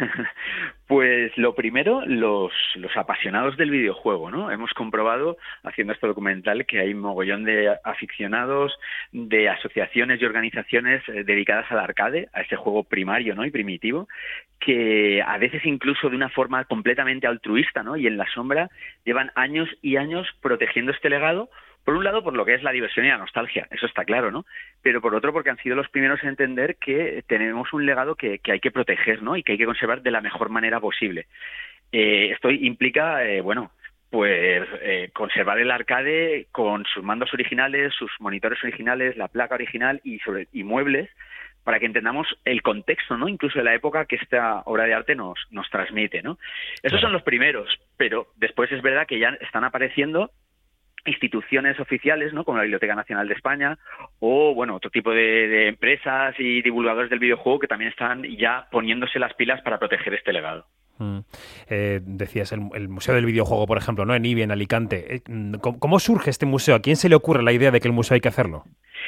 Pues lo primero, los, los apasionados del videojuego, ¿no? Hemos comprobado, haciendo este documental, que hay un mogollón de aficionados, de asociaciones y organizaciones eh, dedicadas al arcade, a ese juego primario, ¿no?, y primitivo, que a veces incluso de una forma completamente altruista, ¿no?, y en la sombra, llevan años y años protegiendo este legado. Por un lado, por lo que es la diversión y la nostalgia, eso está claro, ¿no? Pero por otro, porque han sido los primeros en entender que tenemos un legado que, que hay que proteger, ¿no?, y que hay que conservar de la mejor manera posible. Eh, esto implica, eh, bueno, pues eh, conservar el arcade con sus mandos originales, sus monitores originales, la placa original y, sobre, y muebles, para que entendamos el contexto, ¿no?, incluso de la época que esta obra de arte nos, nos transmite, ¿no? Esos claro. son los primeros, pero después es verdad que ya están apareciendo instituciones oficiales, ¿no?, como la Biblioteca Nacional de España, o bueno, otro tipo de, de empresas y divulgadores del videojuego que también están ya poniéndose las pilas para proteger este legado. Mm. Eh, decías, el, el Museo del Videojuego, por ejemplo, ¿no?, en Ibi, en Alicante. Eh, ¿cómo, ¿Cómo surge este museo? ¿A quién se le ocurre la idea de que el museo hay que hacerlo?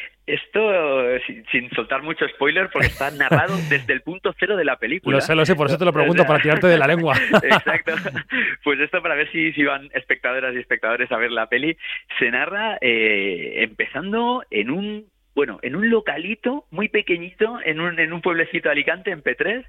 Esto, sin, sin soltar mucho spoiler, porque está narrado desde el punto cero de la película. Lo sé, lo sé, por eso te lo pregunto, o sea, para tirarte de la lengua. Exacto. Pues esto para ver si, si van espectadoras y espectadores a ver la peli. Se narra eh, empezando en un, bueno, en un localito muy pequeñito, en un, en un pueblecito de Alicante, en P tres.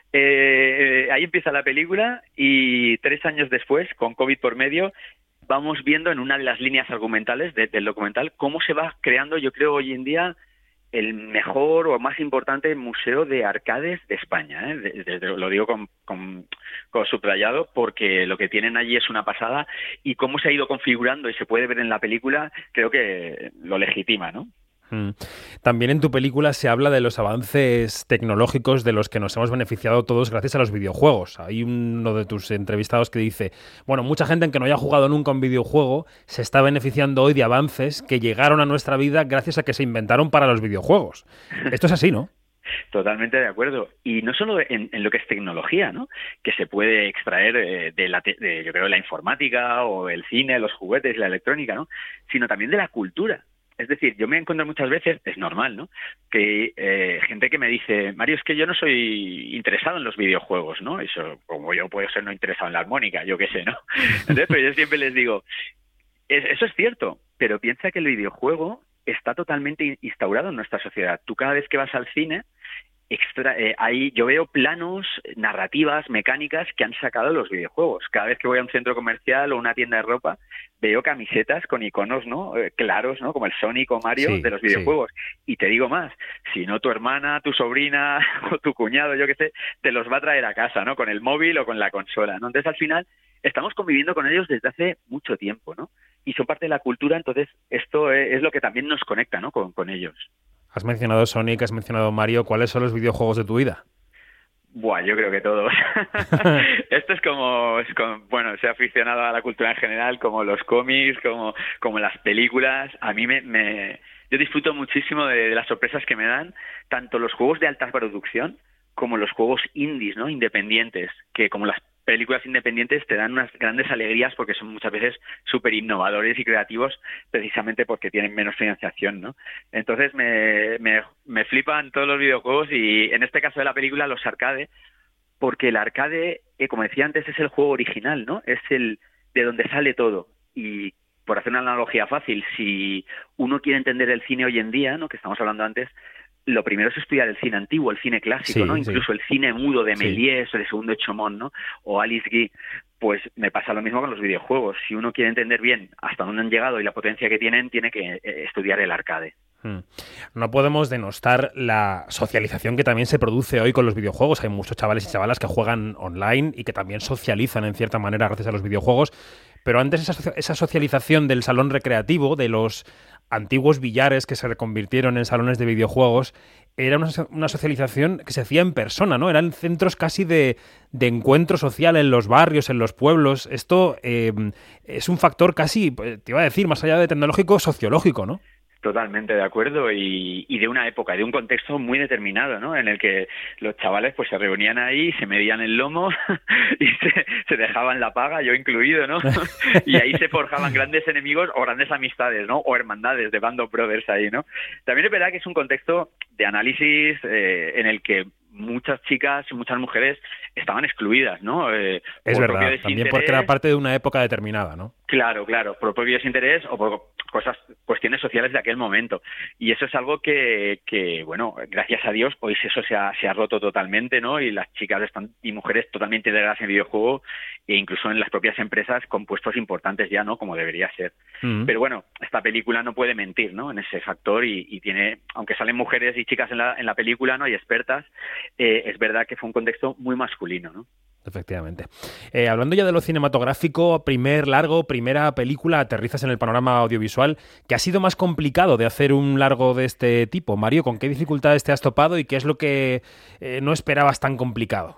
Eh, ahí empieza la película y tres años después, con COVID por medio, vamos viendo en una de las líneas argumentales de, del documental cómo se va creando, yo creo, hoy en día el mejor o más importante museo de arcades de España, ¿eh? de, de, de, lo digo con, con, con subrayado, porque lo que tienen allí es una pasada, y cómo se ha ido configurando y se puede ver en la película, creo que lo legitima, ¿no? También en tu película se habla de los avances tecnológicos de los que nos hemos beneficiado todos gracias a los videojuegos. Hay uno de tus entrevistados que dice, bueno, mucha gente que no haya jugado nunca un videojuego se está beneficiando hoy de avances que llegaron a nuestra vida gracias a que se inventaron para los videojuegos. Esto es así, ¿no? Totalmente de acuerdo. Y no solo en, en lo que es tecnología, ¿no?, que se puede extraer eh, de, la te- de, yo creo, la informática o el cine, los juguetes, la electrónica, ¿no?, sino también de la cultura. Es decir, yo me encuentro muchas veces, es normal, ¿no?, que eh, gente que me dice, Mario, es que yo no soy interesado en los videojuegos, ¿no? Eso, como yo puedo ser no interesado en la armónica, yo qué sé, ¿no? Entonces, pues yo siempre les digo, es, eso es cierto, pero piensa que el videojuego está totalmente instaurado en nuestra sociedad. Tú cada vez que vas al cine, extra, eh, ahí yo veo planos, narrativas, mecánicas que han sacado los videojuegos. Cada vez que voy a un centro comercial o una tienda de ropa, veo camisetas con iconos, ¿no? Eh, claros, ¿no? Como el Sonic o Mario sí, de los videojuegos. Sí. Y te digo más, si no tu hermana, tu sobrina o tu cuñado, yo qué sé, te los va a traer a casa, ¿no? Con el móvil o con la consola, ¿no? Entonces, al final, estamos conviviendo con ellos desde hace mucho tiempo, ¿no? Y son parte de la cultura, entonces esto es lo que también nos conecta, ¿no? Con, con ellos. Has mencionado Sonic, has mencionado Mario. ¿Cuáles son los videojuegos de tu vida? Buah, yo creo que todos. Esto es como, es como, bueno, soy aficionado a la cultura en general, como los cómics, como, como las películas. A mí me, me yo disfruto muchísimo de, de las sorpresas que me dan, tanto los juegos de alta producción como los juegos indies, ¿no? Independientes, que como las películas independientes te dan unas grandes alegrías porque son muchas veces súper innovadores y creativos precisamente porque tienen menos financiación, ¿no? Entonces me, me, me flipan todos los videojuegos y en este caso de la película los arcade, porque el arcade, eh, como decía antes, es el juego original, ¿no? Es el de donde sale todo. Y por hacer una analogía fácil, si uno quiere entender el cine hoy en día, ¿no? Que estamos hablando antes, lo primero es estudiar el cine antiguo, el cine clásico, sí, ¿no? Incluso sí. el cine mudo de Sí. Méliès o de Segundo Echomón, ¿no? O Alice Guy. Pues me pasa lo mismo con los videojuegos. Si uno quiere entender bien hasta dónde han llegado y la potencia que tienen, tiene que eh, estudiar el arcade. No podemos denostar la socialización que también se produce hoy con los videojuegos. Hay muchos chavales y chavalas que juegan online y que también socializan en cierta manera gracias a los videojuegos. Pero antes esa, esa socialización del salón recreativo, de los antiguos billares que se reconvirtieron en salones de videojuegos, era una, una socialización que se hacía en persona, ¿no? Eran centros casi de, de encuentro social en los barrios, en los pueblos. Esto eh, es un factor casi, te iba a decir, más allá de tecnológico, sociológico, ¿no? Totalmente de acuerdo y, y de una época, de un contexto muy determinado, ¿no? En el que los chavales pues se reunían ahí, se medían el lomo y se, se dejaban la paga, yo incluido, ¿no? Y ahí se forjaban grandes enemigos o grandes amistades, ¿no? O hermandades de Band of Brothers ahí, ¿no? También es verdad que es un contexto de análisis eh, en el que muchas chicas y muchas mujeres estaban excluidas, ¿no? Eh, es por verdad, también porque era parte de una época determinada, ¿no? Claro, claro, por propio desinterés o por cosas, cuestiones sociales de aquel momento. Y eso es algo que, que bueno, gracias a Dios, hoy eso se ha, se ha roto totalmente, ¿no? Y las chicas están y mujeres totalmente integradas en el videojuego e incluso en las propias empresas con puestos importantes ya, ¿no? Como debería ser. Mm-hmm. Pero bueno, esta película no puede mentir, ¿no? En ese factor y, y tiene, aunque salen mujeres y chicas en la, en la película, ¿no? Y expertas, eh, es verdad que fue un contexto muy masculino, ¿no? Efectivamente. Eh, hablando ya de lo cinematográfico, primer largo, primera película, aterrizas en el panorama audiovisual. ¿Qué ha sido más complicado de hacer un largo de este tipo? Mario, ¿con qué dificultades te has topado y qué es lo que eh, no esperabas tan complicado?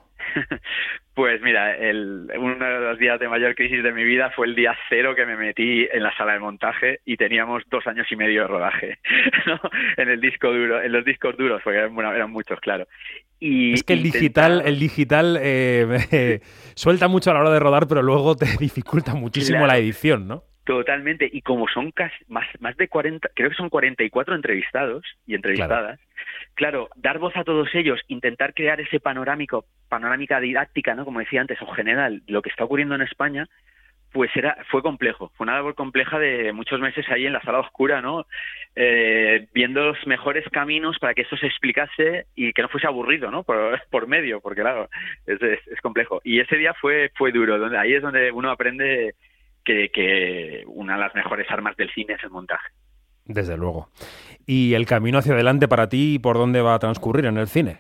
Pues mira, el, uno de los días de mayor crisis de mi vida fue el día cero que me metí en la sala de montaje y teníamos dos años y medio de rodaje, ¿no? En el disco duro, en los discos duros, porque eran, bueno, eran muchos, claro. Y es que el intenta... digital, el digital eh, eh, suelta mucho a la hora de rodar, pero luego te dificulta muchísimo claro. La edición, ¿no? Totalmente, y como son casi más, más de cuarenta, creo que son cuarenta y cuatro entrevistados y entrevistadas, claro. claro, dar voz a todos ellos, intentar crear ese panorámico, panorámica didáctica, ¿no? Como decía antes, o general, lo que está ocurriendo en España, pues era, fue complejo, fue una labor compleja de muchos meses ahí en la sala oscura, ¿no? Eh, viendo los mejores caminos para que eso se explicase y que no fuese aburrido, ¿no? Por, por medio, porque claro, es, es, es complejo. Y ese día fue, fue duro, donde ahí es donde uno aprende Que, que una de las mejores armas del cine es el montaje. Desde luego. ¿Y el camino hacia adelante para ti, por dónde va a transcurrir en el cine?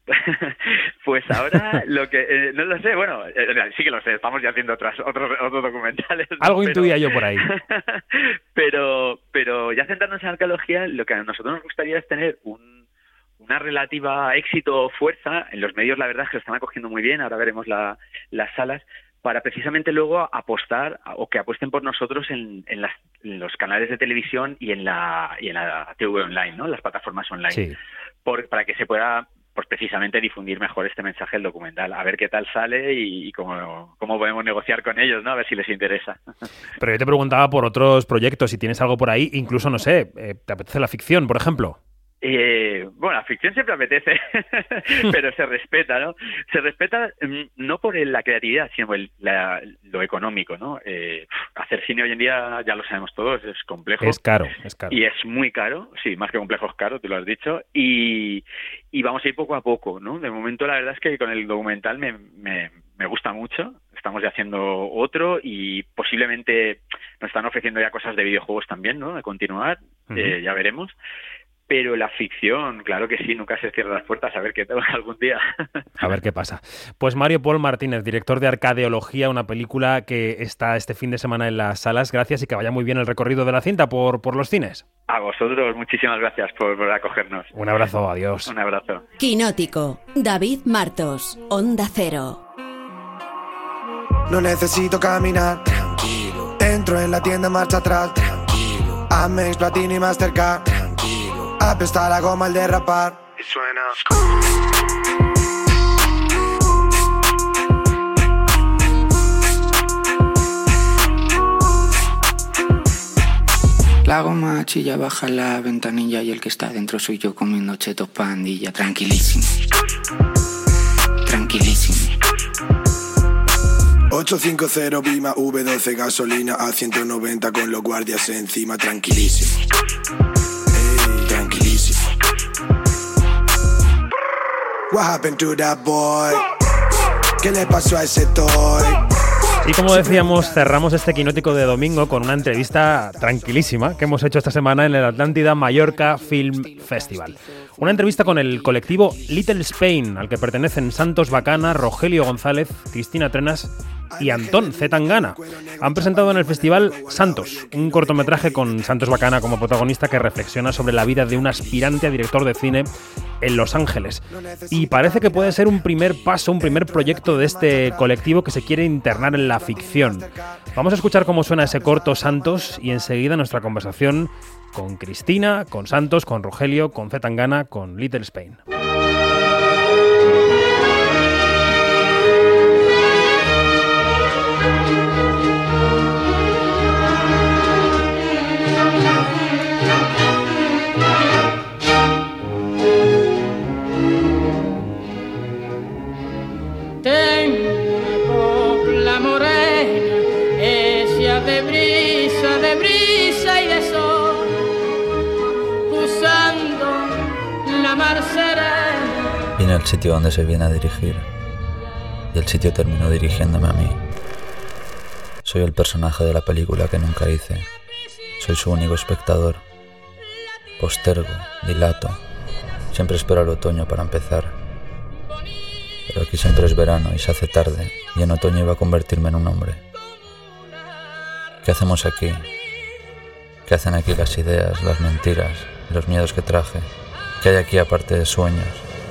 Pues ahora lo que eh, no lo sé, bueno, eh, sí que lo sé, estamos ya haciendo otras, otros, otros documentales. ¿No? Algo pero, intuía yo por ahí. pero, pero ya centrarnos en la arqueología, lo que a nosotros nos gustaría es tener un, una relativa éxito o fuerza. En los medios la verdad es que lo están acogiendo muy bien, ahora veremos la, las salas, para precisamente luego apostar o que apuesten por nosotros en, en, las, en los canales de televisión y en la y en la T V online, ¿no? En las plataformas online, sí. por, para que se pueda pues precisamente difundir mejor este mensaje del documental, a ver qué tal sale y, y cómo, cómo podemos negociar con ellos, ¿no? A ver si les interesa. Pero yo te preguntaba por otros proyectos, si tienes algo por ahí, incluso, no sé, eh, ¿te apetece la ficción, por ejemplo? Eh, bueno, la ficción siempre apetece, pero se respeta, ¿no? Se respeta no por el, la creatividad, sino el, la, lo económico, ¿no? Eh, hacer cine hoy en día, ya lo sabemos todos, es complejo. Es caro, es caro. Y es muy caro, sí, más que complejo es caro, tú lo has dicho, y, y vamos a ir poco a poco, ¿no? De momento la verdad es que con el documental me, me, me gusta mucho, estamos ya haciendo otro y posiblemente nos están ofreciendo ya cosas de videojuegos también, ¿no? De continuar, uh-huh. eh, ya veremos. Pero la ficción, claro que sí, nunca se cierran las puertas, a ver qué tal algún día. A ver qué pasa. Pues Mario Paul Martínez, director de Arcadeología, una película que está este fin de semana en las salas. Gracias y que vaya muy bien el recorrido de la cinta por, por los cines. A vosotros, muchísimas gracias por, por acogernos. Un abrazo, adiós. Un abrazo. Quinótico, David Martos, Onda Cero. No necesito caminar, tranquilo. Entro en la tienda, marcha atrás, tranquilo. Amex, Platini, Mastercard, tranquilo. Apesta la goma al derrapar y suena. La goma chilla, baja la ventanilla y el que está dentro soy yo comiendo chetos pandilla. Tranquilísimo, tranquilísimo. ochocientos cincuenta Bima V doce gasolina a ciento noventa con los guardias encima. Tranquilísimo, hey, tranquilísimo. What happened to that boy? ¿Qué le pasó a ese toy? Y como decíamos, cerramos este Quinótico de domingo con una entrevista tranquilísima que hemos hecho esta semana en el Atlántida Mallorca Film Festival. Una entrevista con el colectivo Little Spain, al que pertenecen Santos Bacana, Rogelio González, Cristina Trenas y Antón C. Tangana. Han presentado en el festival Santos, un cortometraje con Santos Bacana como protagonista que reflexiona sobre la vida de un aspirante a director de cine en Los Ángeles. Y parece que puede ser un primer paso, un primer proyecto de este colectivo que se quiere internar en la ficción. Vamos a escuchar cómo suena ese corto Santos y enseguida nuestra conversación con Cristina, con Santos, con Rogelio, con C. Tangana, con Little Spain. Tengo la morena, ella de brisa, de brisa y de sol, usando la mar serena. Vine al sitio donde se viene a dirigir y el sitio terminó dirigiéndome a mí. Soy el personaje de la película que nunca hice. Soy su único espectador. Postergo, dilato. Siempre espero al otoño para empezar. Pero aquí siempre es verano y se hace tarde, y en otoño iba a convertirme en un hombre. ¿Qué hacemos aquí? ¿Qué hacen aquí las ideas, las mentiras, los miedos que traje? ¿Qué hay aquí aparte de sueños?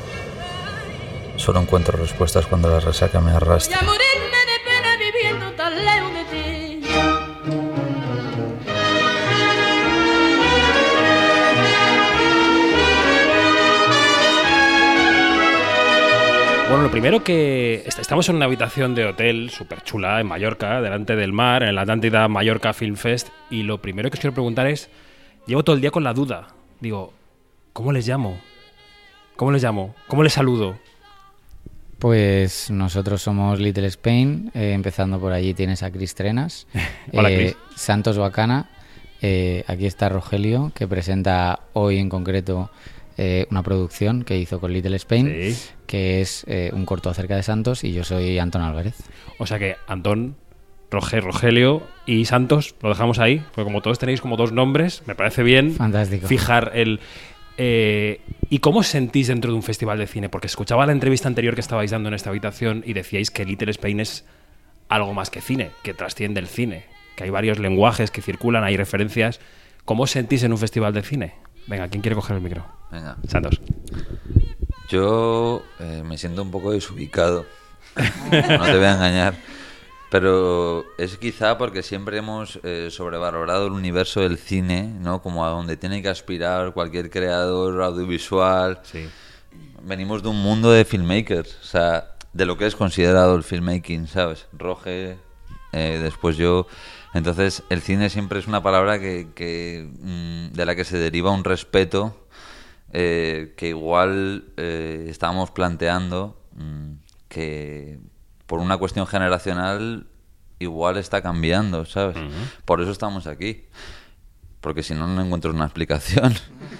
Solo encuentro respuestas cuando la resaca me arrastra. Y a morirme de pena viviendo tan lejos de ti. Bueno, lo primero que... Estamos en una habitación de hotel súper chula en Mallorca, delante del mar, en el Atlántida Mallorca Film Fest, y lo primero que os quiero preguntar es, llevo todo el día con la duda. Digo, ¿cómo les llamo? ¿Cómo les llamo? ¿Cómo les saludo? Pues nosotros somos Little Spain, eh, empezando por allí tienes a Cris Trenas. Hola, eh, Cris. Santos Bacana, eh, aquí está Rogelio, que presenta hoy en concreto eh, una producción que hizo con Little Spain, sí. que es eh, un corto acerca de Santos, y yo soy Antón Álvarez. O sea que Antón, Roge, Rogelio y Santos, lo dejamos ahí, porque como todos tenéis como dos nombres, me parece bien Fantástico. Fijar el... Eh, ¿Y cómo os sentís dentro de un festival de cine? Porque escuchaba la entrevista anterior que estabais dando en esta habitación y decíais que Little Spain es algo más que cine, que trasciende el cine, que hay varios lenguajes que circulan, hay referencias. ¿Cómo os sentís en un festival de cine? Venga, ¿quién quiere coger el micro? Venga. Santos. Yo eh, me siento un poco desubicado, no te voy a engañar, pero es quizá porque siempre hemos eh, sobrevalorado el universo del cine, ¿no? Como a donde tiene que aspirar cualquier creador audiovisual. Sí. Venimos de un mundo de filmmakers, o sea, de lo que es considerado el filmmaking, ¿sabes? Roge, eh, después yo... Entonces, el cine siempre es una palabra que, que mmm, de la que se deriva un respeto eh, que igual eh, estábamos planteando mmm, que... por una cuestión generacional igual está cambiando, ¿sabes? Uh-huh. Por eso estamos aquí. porque si no, no encuentro una explicación.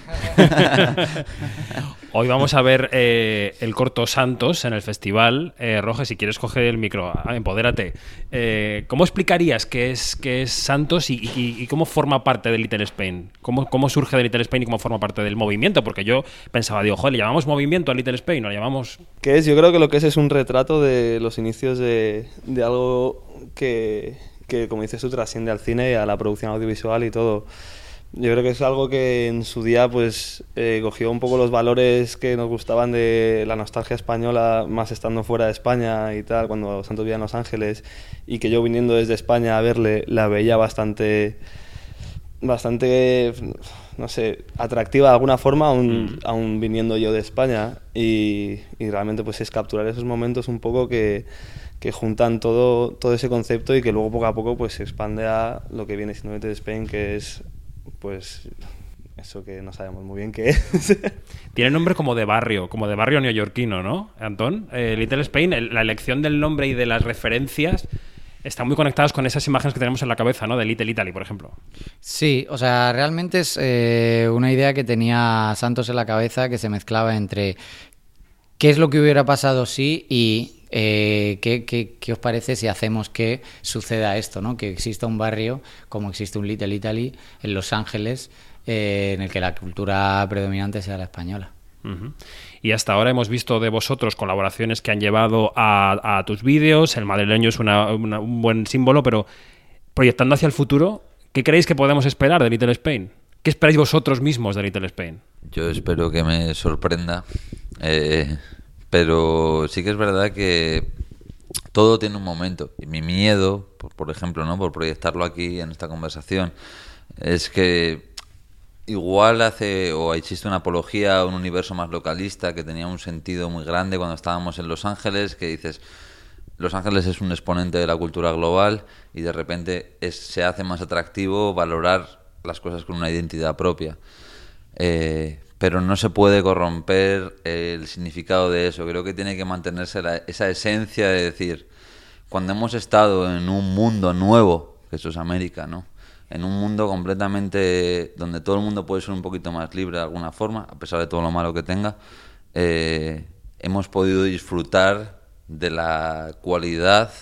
Hoy vamos a ver eh, el corto Santos en el festival. Eh, Roge, si quieres coger el micro, empodérate. Eh, ¿Cómo explicarías qué es, qué es Santos y, y, y cómo forma parte de Little Spain? ¿Cómo, ¿Cómo surge de Little Spain y cómo forma parte del movimiento? Porque yo pensaba, digo, joder, ¿le llamamos movimiento a Little Spain o le llamamos...? ¿Qué es? Yo creo que lo que es es un retrato de los inicios de, de algo que, que, como dices tú, trasciende al cine y a la producción audiovisual y todo. Yo creo que es algo que en su día pues eh, cogió un poco los valores que nos gustaban de la nostalgia española, más estando fuera de España y tal, cuando Santos vivía en Los Ángeles, y que yo viniendo desde España a verle la veía bastante, bastante, no sé, atractiva de alguna forma, aún, mm. aún viniendo yo de España, y, y realmente pues es capturar esos momentos un poco que, que juntan todo, todo ese concepto y que luego poco a poco pues se expande a lo que viene siendo Little Spain, que es pues eso que no sabemos muy bien qué es. Tiene nombre como de barrio, como de barrio neoyorquino, ¿no, Antón? Eh, Little Spain, el, la elección del nombre y de las referencias están muy conectadas con esas imágenes que tenemos en la cabeza, ¿no? De Little Italy, por ejemplo. Sí, o sea, realmente es eh, una idea que tenía Santos en la cabeza, que se mezclaba entre qué es lo que hubiera pasado si y... Eh, ¿qué, qué, ¿Qué os parece si hacemos que suceda esto, ¿no? Que exista un barrio como existe un Little Italy en Los Ángeles, eh, en el que la cultura predominante sea la española. Uh-huh. Y hasta ahora hemos visto de vosotros colaboraciones que han llevado a, a tus vídeos. El madrileño es una, una, un buen símbolo, pero proyectando hacia el futuro, ¿qué creéis que podemos esperar de Little Spain? ¿Qué esperáis vosotros mismos de Little Spain? Yo espero que me sorprenda. Eh... Pero sí que es verdad que todo tiene un momento. Y mi miedo, por, por ejemplo, ¿no? Por proyectarlo aquí en esta conversación, es que igual hace o existe una apología a un universo más localista que tenía un sentido muy grande cuando estábamos en Los Ángeles, que dices, Los Ángeles es un exponente de la cultura global y de repente es, se hace más atractivo valorar las cosas con una identidad propia. Eh... Pero no se puede corromper el significado de eso. Creo que tiene que mantenerse la, esa esencia de decir, cuando hemos estado en un mundo nuevo, que eso es América, ¿no? En un mundo completamente donde todo el mundo puede ser un poquito más libre de alguna forma, a pesar de todo lo malo que tenga, eh, hemos podido disfrutar de la cualidad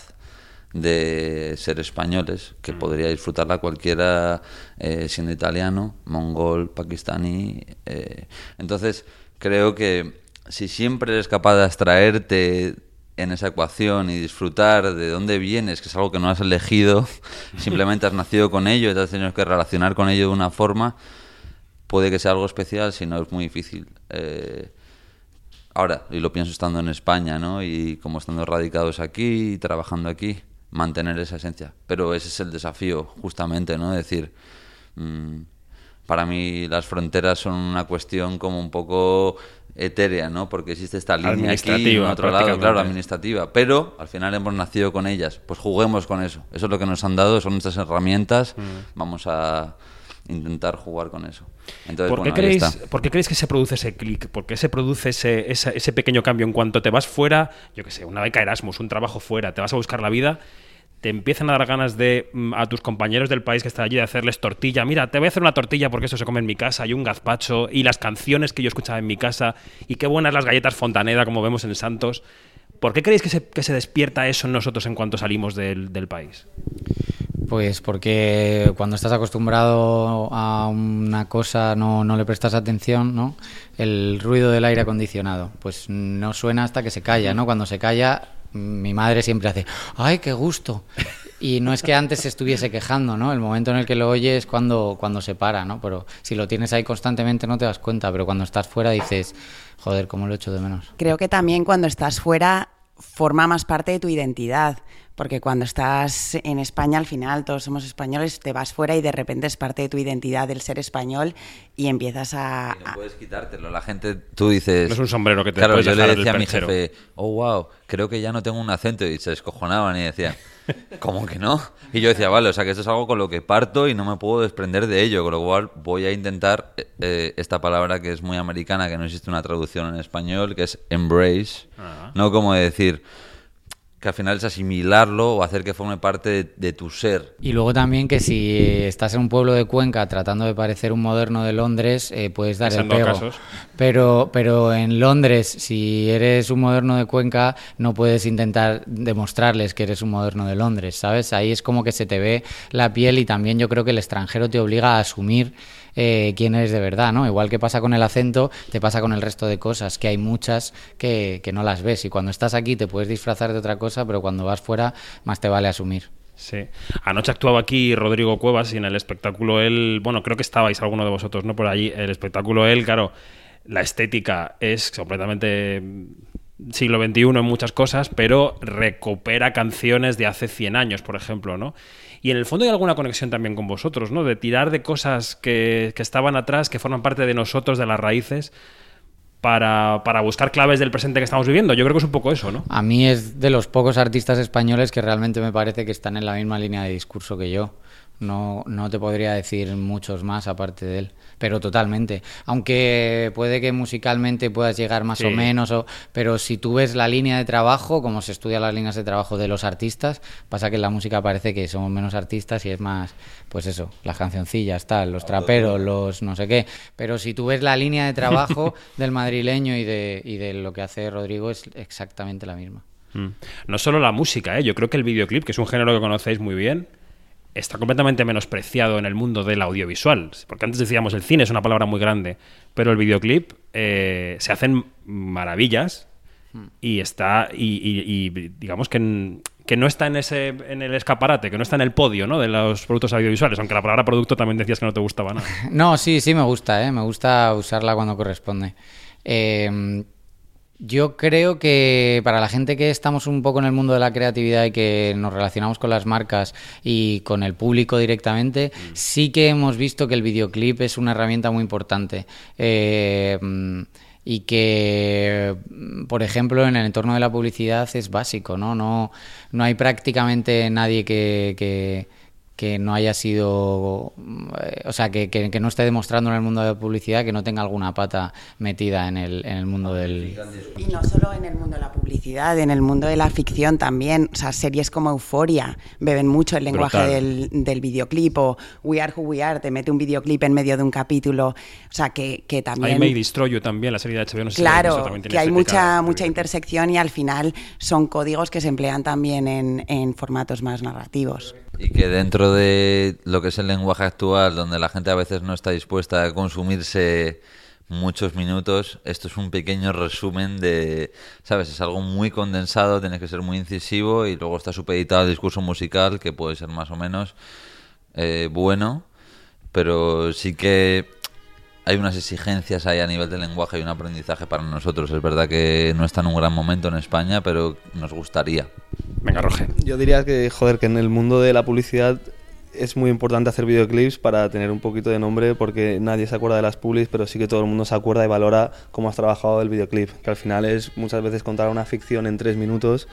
de ser españoles, que podría disfrutarla cualquiera eh, siendo italiano, mongol, pakistaní. Eh. Entonces, creo que si siempre eres capaz de abstraerte en esa ecuación y disfrutar de dónde vienes, que es algo que no has elegido, simplemente has nacido con ello y te has tenido que relacionar con ello de una forma, puede que sea algo especial, si no es muy difícil. Eh, ahora, y lo pienso estando en España, ¿no? Y como estando radicados aquí y trabajando aquí, mantener esa esencia. Pero ese es el desafío, justamente, ¿no? Decir, mmm, para mí las fronteras son una cuestión como un poco etérea, ¿no? Porque existe esta línea aquí y en otro lado, claro, administrativa. Pero al final hemos nacido con ellas. Pues juguemos con eso. Eso es lo que nos han dado, son nuestras herramientas. Mm. Vamos a intentar jugar con eso. Entonces, ¿Por, qué bueno, creéis, ¿Por qué creéis que se produce ese clic? ¿Por qué se produce ese, ese, ese pequeño cambio en cuanto te vas fuera, yo qué sé, una beca Erasmus, un trabajo fuera, te vas a buscar la vida, te empiezan a dar ganas de a tus compañeros del país que están allí de hacerles tortilla? Mira, te voy a hacer una tortilla porque eso se come en mi casa, y un gazpacho, y las canciones que yo escuchaba en mi casa, y qué buenas las galletas Fontaneda, como vemos en Santos. ¿Por qué creéis que se, que se despierta eso en nosotros en cuanto salimos del, del país? Pues porque cuando estás acostumbrado a una cosa no, no le prestas atención, ¿no? El ruido del aire acondicionado, pues no suena hasta que se calla, ¿no? Cuando se calla, mi madre siempre hace ¡ay, qué gusto! Y no es que antes se estuviese quejando, ¿no? El momento en el que lo oyes es cuando, cuando se para, ¿no? Pero si lo tienes ahí constantemente no te das cuenta, pero cuando estás fuera dices, joder, cómo lo echo de menos. Creo que también cuando estás fuera forma más parte de tu identidad, porque cuando estás en España, al final todos somos españoles, te vas fuera y de repente es parte de tu identidad el ser español y empiezas a... Y no puedes quitártelo, la gente, tú dices... No es un sombrero que te claro, puedes yo dejar le decía del a mi perchero. jefe, oh, wow, creo que ya no tengo un acento, y se descojonaban y decían, ¿cómo que no? Y yo decía, vale, o sea que esto es algo con lo que parto y no me puedo desprender de ello, con lo cual voy a intentar eh, esta palabra que es muy americana, que no existe una traducción en español, que es embrace, uh-huh. No como decir... que al final es asimilarlo o hacer que forme parte de, de tu ser. Y luego también que si estás en un pueblo de Cuenca tratando de parecer un moderno de Londres, eh, puedes dar el pego. Casos. Pero, pero en Londres, si eres un moderno de Cuenca, no puedes intentar demostrarles que eres un moderno de Londres, ¿sabes? Ahí es como que se te ve la piel y también yo creo que el extranjero te obliga a asumir Eh, quién eres de verdad, ¿no? Igual que pasa con el acento, te pasa con el resto de cosas, que hay muchas que, que no las ves y cuando estás aquí te puedes disfrazar de otra cosa, pero cuando vas fuera más te vale asumir. Sí. Anoche actuaba aquí Rodrigo Cuevas y en el espectáculo él, bueno, creo que estabais alguno de vosotros, ¿no? Por allí, el espectáculo él, claro, la estética es completamente siglo veintiuno en muchas cosas, pero recupera canciones de hace cien años, por ejemplo, ¿no? Y en el fondo hay alguna conexión también con vosotros, ¿no? De tirar de cosas que, que estaban atrás, que forman parte de nosotros, de las raíces, para, para buscar claves del presente que estamos viviendo. Yo creo que es un poco eso, ¿no? A mí es de los pocos artistas españoles que realmente me parece que están en la misma línea de discurso que yo. No, no te podría decir muchos más aparte de él, pero totalmente. Aunque puede que musicalmente puedas llegar más sí. o menos, o, pero si tú ves la línea de trabajo, como se estudian las líneas de trabajo de los artistas, pasa que en la música parece que somos menos artistas y es más, pues eso, las cancioncillas, tal, los traperos, los no sé qué. Pero si tú ves la línea de trabajo del madrileño y de, y de lo que hace Rodrigo, es exactamente la misma. Mm. No solo la música, ¿eh? Yo creo que el videoclip, que es un género que conocéis muy bien, está completamente menospreciado en el mundo del audiovisual. Porque antes decíamos el cine es una palabra muy grande, pero el videoclip eh, se hacen maravillas y está y, y, y digamos que, en, que no está en ese en el escaparate, que no está en el podio, ¿no? De los productos audiovisuales, aunque la palabra producto también decías que no te gustaba nada. No, sí, sí me gusta, ¿eh? Me gusta usarla cuando corresponde. Eh... Yo creo que para la gente que estamos un poco en el mundo de la creatividad y que nos relacionamos con las marcas y con el público directamente, mm. sí que hemos visto que el videoclip es una herramienta muy importante. Eh, y que, por ejemplo, en el entorno de la publicidad es básico, ¿no? No, no hay prácticamente nadie que... que que no haya sido, eh, o sea, que, que, que no esté demostrando en el mundo de la publicidad que no tenga alguna pata metida en el, en el mundo del... Y no solo en el mundo de la publicidad, en el mundo de la ficción también. O sea, series como Euphoria beben mucho el lenguaje del, del videoclip, o We Are Who We Are te mete un videoclip en medio de un capítulo. O sea, que, que también... I May Destroy You también, la serie de H B O. No sé claro, si también tiene que hay mucha, mucha intersección y al final son códigos que se emplean también en, en formatos más narrativos. Y que dentro de lo que es el lenguaje actual, donde la gente a veces no está dispuesta a consumirse muchos minutos, esto es un pequeño resumen de, ¿sabes? Es algo muy condensado, tienes que ser muy incisivo y luego está supeditado al discurso musical, que puede ser más o menos eh, bueno, pero sí que hay unas exigencias ahí a nivel del lenguaje y un aprendizaje para nosotros. Es verdad que no está en un gran momento en España, pero nos gustaría. Venga, Roge. Yo diría que, joder, que en el mundo de la publicidad es muy importante hacer videoclips para tener un poquito de nombre, porque nadie se acuerda de las publis, pero sí que todo el mundo se acuerda y valora cómo has trabajado el videoclip, que al final es muchas veces contar una ficción en tres minutos,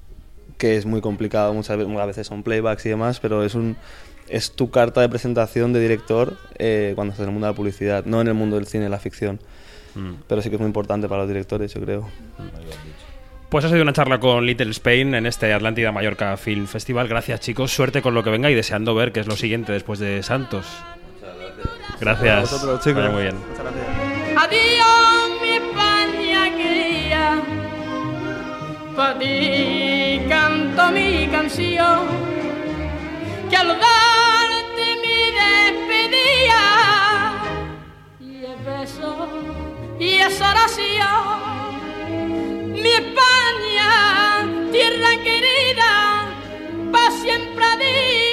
que es muy complicado, muchas veces, a veces son playbacks y demás, pero es un... es tu carta de presentación de director eh, cuando estás en el mundo de la publicidad, no en el mundo del cine y la ficción. Mm. Pero sí que es muy importante para los directores, yo creo. Pues ha sido una charla con Little Spain en este Atlántida Mallorca Film Festival. Gracias, chicos. Suerte con lo que venga y deseando ver qué es lo siguiente después de Santos. Muchas gracias. Gracias. A vosotros, chicos. Vaya muy bien. Muchas gracias. Adiós, mi España querida. Pa' ti canto mi canción. Que al darte mi despedida y el beso y esa oración, mi España, tierra querida, pa' siempre a día.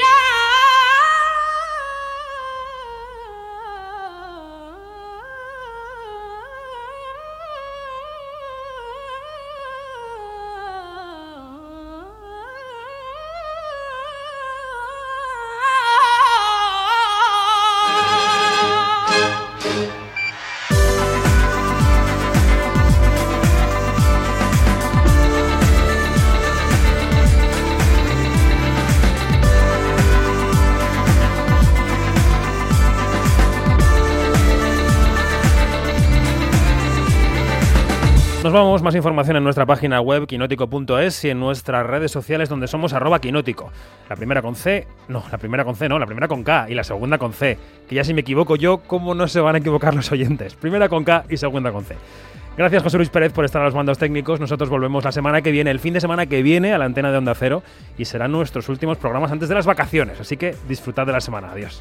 Nos vamos, más información en nuestra página web quinótico punto es y en nuestras redes sociales donde somos arroba quinótico. La primera con C, no, la primera con C no, la primera con K y la segunda con C. Que ya si me equivoco yo, ¿cómo no se van a equivocar los oyentes? Primera con K y segunda con C. Gracias José Luis Pérez por estar a los mandos técnicos. Nosotros volvemos la semana que viene, el fin de semana que viene a la antena de Onda Cero y serán nuestros últimos programas antes de las vacaciones. Así que disfrutad de la semana. Adiós.